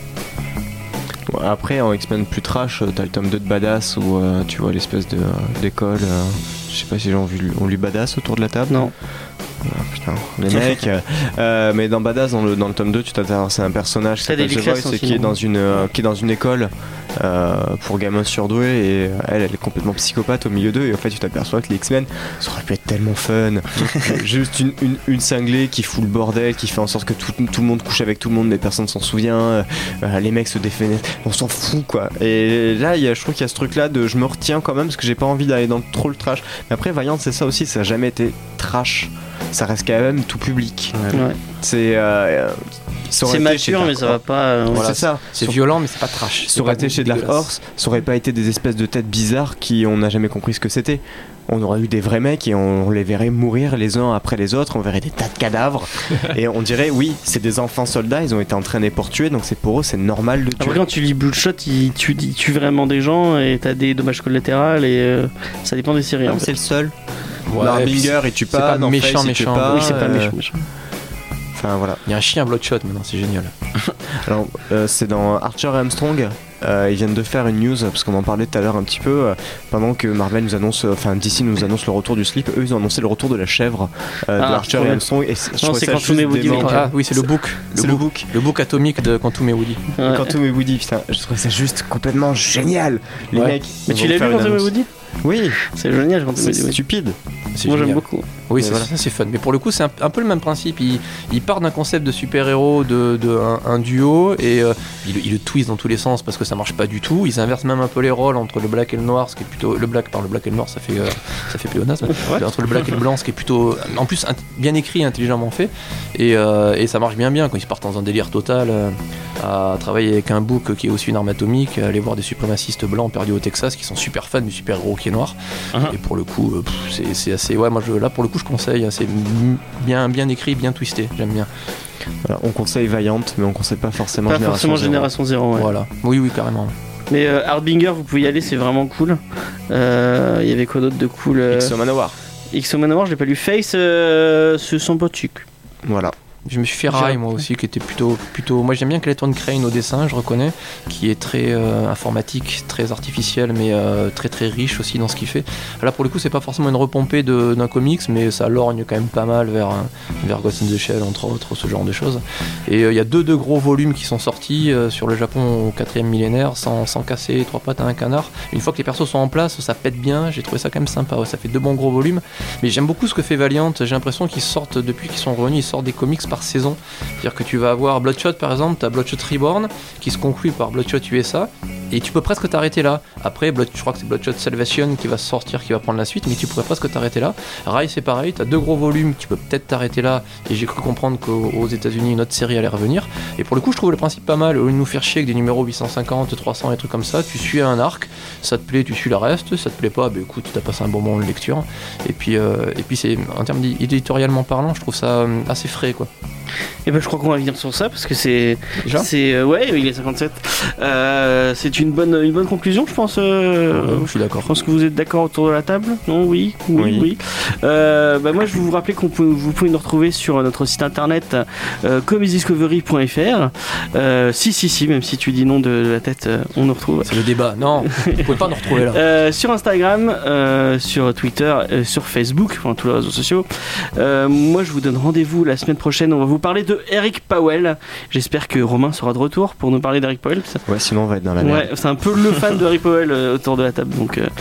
Ouais, après, en X-Men plus trash, euh, t'as le tome deux de Badass où euh, tu vois l'espèce de, euh, d'école. euh, je sais pas si les gens ont vu, ont lu Badass autour de la table. Non. Ah, putain, les mecs. euh, euh, mais dans Badass, dans le, dans le tome deux, tu t'intéresse à un personnage qui T'as des s'appelle The Liclas Voice et aussi, qui est, non dans une, euh, qui est dans une école euh, pour gamins surdoués et elle, elle est complètement psychopathe au milieu d'eux. Et en fait, tu t'aperçois que les X-Men, ça aurait pu être tellement fun. Juste une, une, une cinglée qui fout le bordel, qui fait en sorte que tout, tout le monde couche avec tout le monde, mais personne s'en souvient. Euh, les mecs se défendent, on s'en fout quoi. Et là, il y a, je trouve qu'il y a ce truc là de je me retiens quand même parce que j'ai pas envie d'aller dans trop le trash. Mais après, Valiant, c'est ça aussi, ça a jamais été trash. Ça reste quand même tout public. Ouais. C'est. Euh, ça aurait C'est été chez mature, Dark mais ça va Horse. pas. euh, Voilà, c'est ça. C'est Ça- violent, mais c'est pas trash. Ça aurait été chez Dark Horse, ça aurait pas été des espèces de têtes bizarres qui on n'a jamais compris ce que c'était. On aurait eu des vrais mecs et on les verrait mourir les uns après les autres, on verrait des tas de cadavres et on dirait oui, c'est des enfants soldats, ils ont été entraînés pour tuer, donc c'est pour eux c'est normal de tuer. Après, quand tu lis Bloodshot, il tue, il tue vraiment des gens et t'as des dommages collatéraux et euh, ça dépend des séries. Non, en mais fait. c'est le seul. Ouais, dans et puis Harbinger et tu c'est pas, pas dans méchant, Face, il tue méchant. pas, Oui, c'est pas euh, méchant, méchant. Enfin voilà. Il y a un chien Bloodshot maintenant, c'est génial. Alors, euh, c'est dans Archer et Armstrong. Euh, ils viennent de faire une news parce qu'on en parlait tout à l'heure un petit peu. Euh, pendant que Marvel nous annonce, euh, enfin D C nous annonce le retour du slip, eux ils ont annoncé le retour de la chèvre euh, de Ah, Archer trop et bien. Armstrong. Et c'est- je Non, trouvais c'est ça Quantum juste et Woody dément. avec- Ah oui, c'est le book. C'est le book. Le book atomique de Quantum et Woody. Ouais. Quantum et Woody, putain, je trouvais ça juste complètement génial. Les Ouais. mecs. Mais ils tu vont l'as faire vu une quand tu annonce. Woody Oui, C'est génial quand tu c'est Woody. stupide. C'est Moi j'aime génial. beaucoup. Oui, Mais c'est voilà. ça, c'est fun. Mais pour le coup, c'est un, un peu le même principe. Il, il part d'un concept de super-héros, de, de un, un duo, et euh, il, il le twist dans tous les sens parce que ça marche pas du tout. Ils inversent même un peu les rôles entre le black et le noir, ce qui est plutôt le black par le black et le noir, ça fait euh, ça fait pléonasme. Entre le black et le blanc, ce qui est plutôt, en plus, int- bien écrit, intelligemment fait, et, euh, et ça marche bien bien quand ils partent dans un délire total. euh, à travailler avec un book qui est aussi une arme atomique, à aller voir des suprémacistes blancs perdus au Texas qui sont super fans du super-héros qui est noir. Uh-huh. Et pour le coup, euh, pff, c'est, c'est assez. Ouais, moi je, là pour le coup, je conseille. hein, C'est m- bien, bien écrit, bien twisté. J'aime bien. Voilà, on conseille Valiant, mais on conseille pas forcément Pas Génération forcément Zéro. Génération Zéro. Ouais. Voilà. Oui, oui, carrément. Mais euh, Harbinger, vous pouvez y aller, c'est vraiment cool. Euh, Il y avait quoi d'autre de cool euh, X-O Manowar. X-O Manowar, je l'ai pas lu. Face, euh, ce sont pas chic. Voilà. Je me suis fait Rai moi aussi, qui était plutôt, plutôt. Moi j'aime bien Clayton Crane au dessin, je reconnais, qui est très euh, informatique, très artificiel, mais euh, très très riche aussi dans ce qu'il fait. Là pour le coup, c'est pas forcément une repompée de, d'un comics, mais ça lorgne quand même pas mal vers, vers Ghost in the Shell, entre autres, ce genre de choses. Et il euh, y a deux, deux gros volumes qui sont sortis euh, sur le Japon au quatrième millénaire, sans, sans casser trois pattes à un canard. Une fois que les persos sont en place, ça pète bien, j'ai trouvé ça quand même sympa. Ouais, ça fait deux bons gros volumes. Mais j'aime beaucoup ce que fait Valiant, j'ai l'impression qu'ils sortent, depuis qu'ils sont revenus, ils sortent des comics par saison. C'est-à-dire que tu vas avoir Bloodshot par exemple, tu as Bloodshot Reborn qui se conclut par Bloodshot U S A et tu peux presque t'arrêter là. Après, Blood, je crois que c'est Bloodshot Salvation qui va sortir, qui va prendre la suite, mais tu pourrais presque t'arrêter là. Rai c'est pareil, tu as deux gros volumes, tu peux peut-être t'arrêter là et j'ai cru comprendre qu'aux États-Unis une autre série allait revenir. Et pour le coup, je trouve le principe pas mal. Au lieu de nous faire chier avec des numéros huit cent cinquante, trois cents et trucs comme ça, tu suis un arc, ça te plaît, tu suis le reste, ça te plaît pas, bah écoute, t'as passé un bon moment de lecture. Et puis, euh, et puis c'est, en termes éditorialement parlant, je trouve ça euh, assez frais quoi. Et ben je crois qu'on va venir sur ça parce que c'est, c'est euh, ouais, il est cinquante-sept. Euh, c'est une bonne, une bonne conclusion, je pense. Euh, ouais, je suis d'accord. Je pense que vous êtes d'accord autour de la table. Non, oui, oui, oui. oui. Euh, bah moi, je vais vous rappeler qu'on peut, vous pouvez nous retrouver sur notre site internet euh, comics discovery point f r. Euh, si, si, si, même si tu dis non de, de la tête, euh, on nous retrouve. C'est le débat. Non, vous pouvez pas nous retrouver là. Euh, sur Instagram, euh, sur Twitter, euh, sur Facebook, enfin tous les réseaux sociaux. Euh, moi, je vous donne rendez-vous la semaine prochaine. On va vous parler de Eric Powell. J'espère que Romain sera de retour pour nous parler d'Eric Powell. Ouais, sinon on va être dans la merde. Ouais, c'est un peu le fan de Eric Powell euh, autour de la table, donc euh,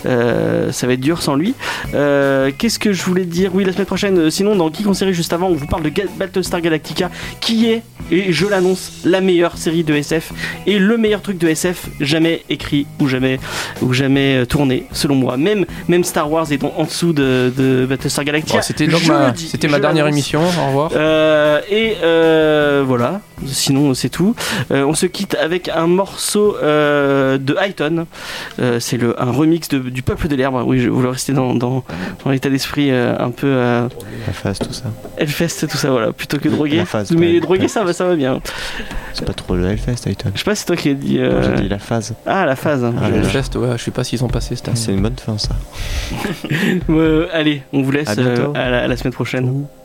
euh, ça va être dur sans lui. Euh, qu'est-ce que je voulais dire ? Oui, la semaine prochaine, euh, sinon dans Geek en série juste avant, on vous parle de Ga- Battlestar Galactica, qui est, et je l'annonce, la meilleure série de S F et le meilleur truc de S F jamais écrit ou jamais, ou jamais euh, tourné, selon moi. Même, même Star Wars est en, en dessous de, de Battlestar Galactica. Bon, c'était donc ma, dis, c'était ma dernière l'annonce. émission. Au revoir. Euh, et euh, voilà, sinon c'est tout. Euh, on se quitte avec un morceau euh, de Highton. Euh, c'est le, un remix de, du Peuple de l'Herbe. Oui, je voulais rester dans, dans, dans l'état d'esprit euh, un peu. Euh, la phase, tout ça. Hellfest, tout ça, voilà, plutôt que droguer. La phase, mais droguer, ça va, ça va bien. C'est pas trop le Hellfest, Highton. Je sais pas, c'est toi qui as dit. Euh... J'ai dit la phase. Ah, la phase. Ah, le Hellfest, ouais, je sais pas s'ils ont passé cette année. C'est une bonne fin, ça. euh, allez, on vous laisse à, euh, à, la, à la semaine prochaine. Ouh.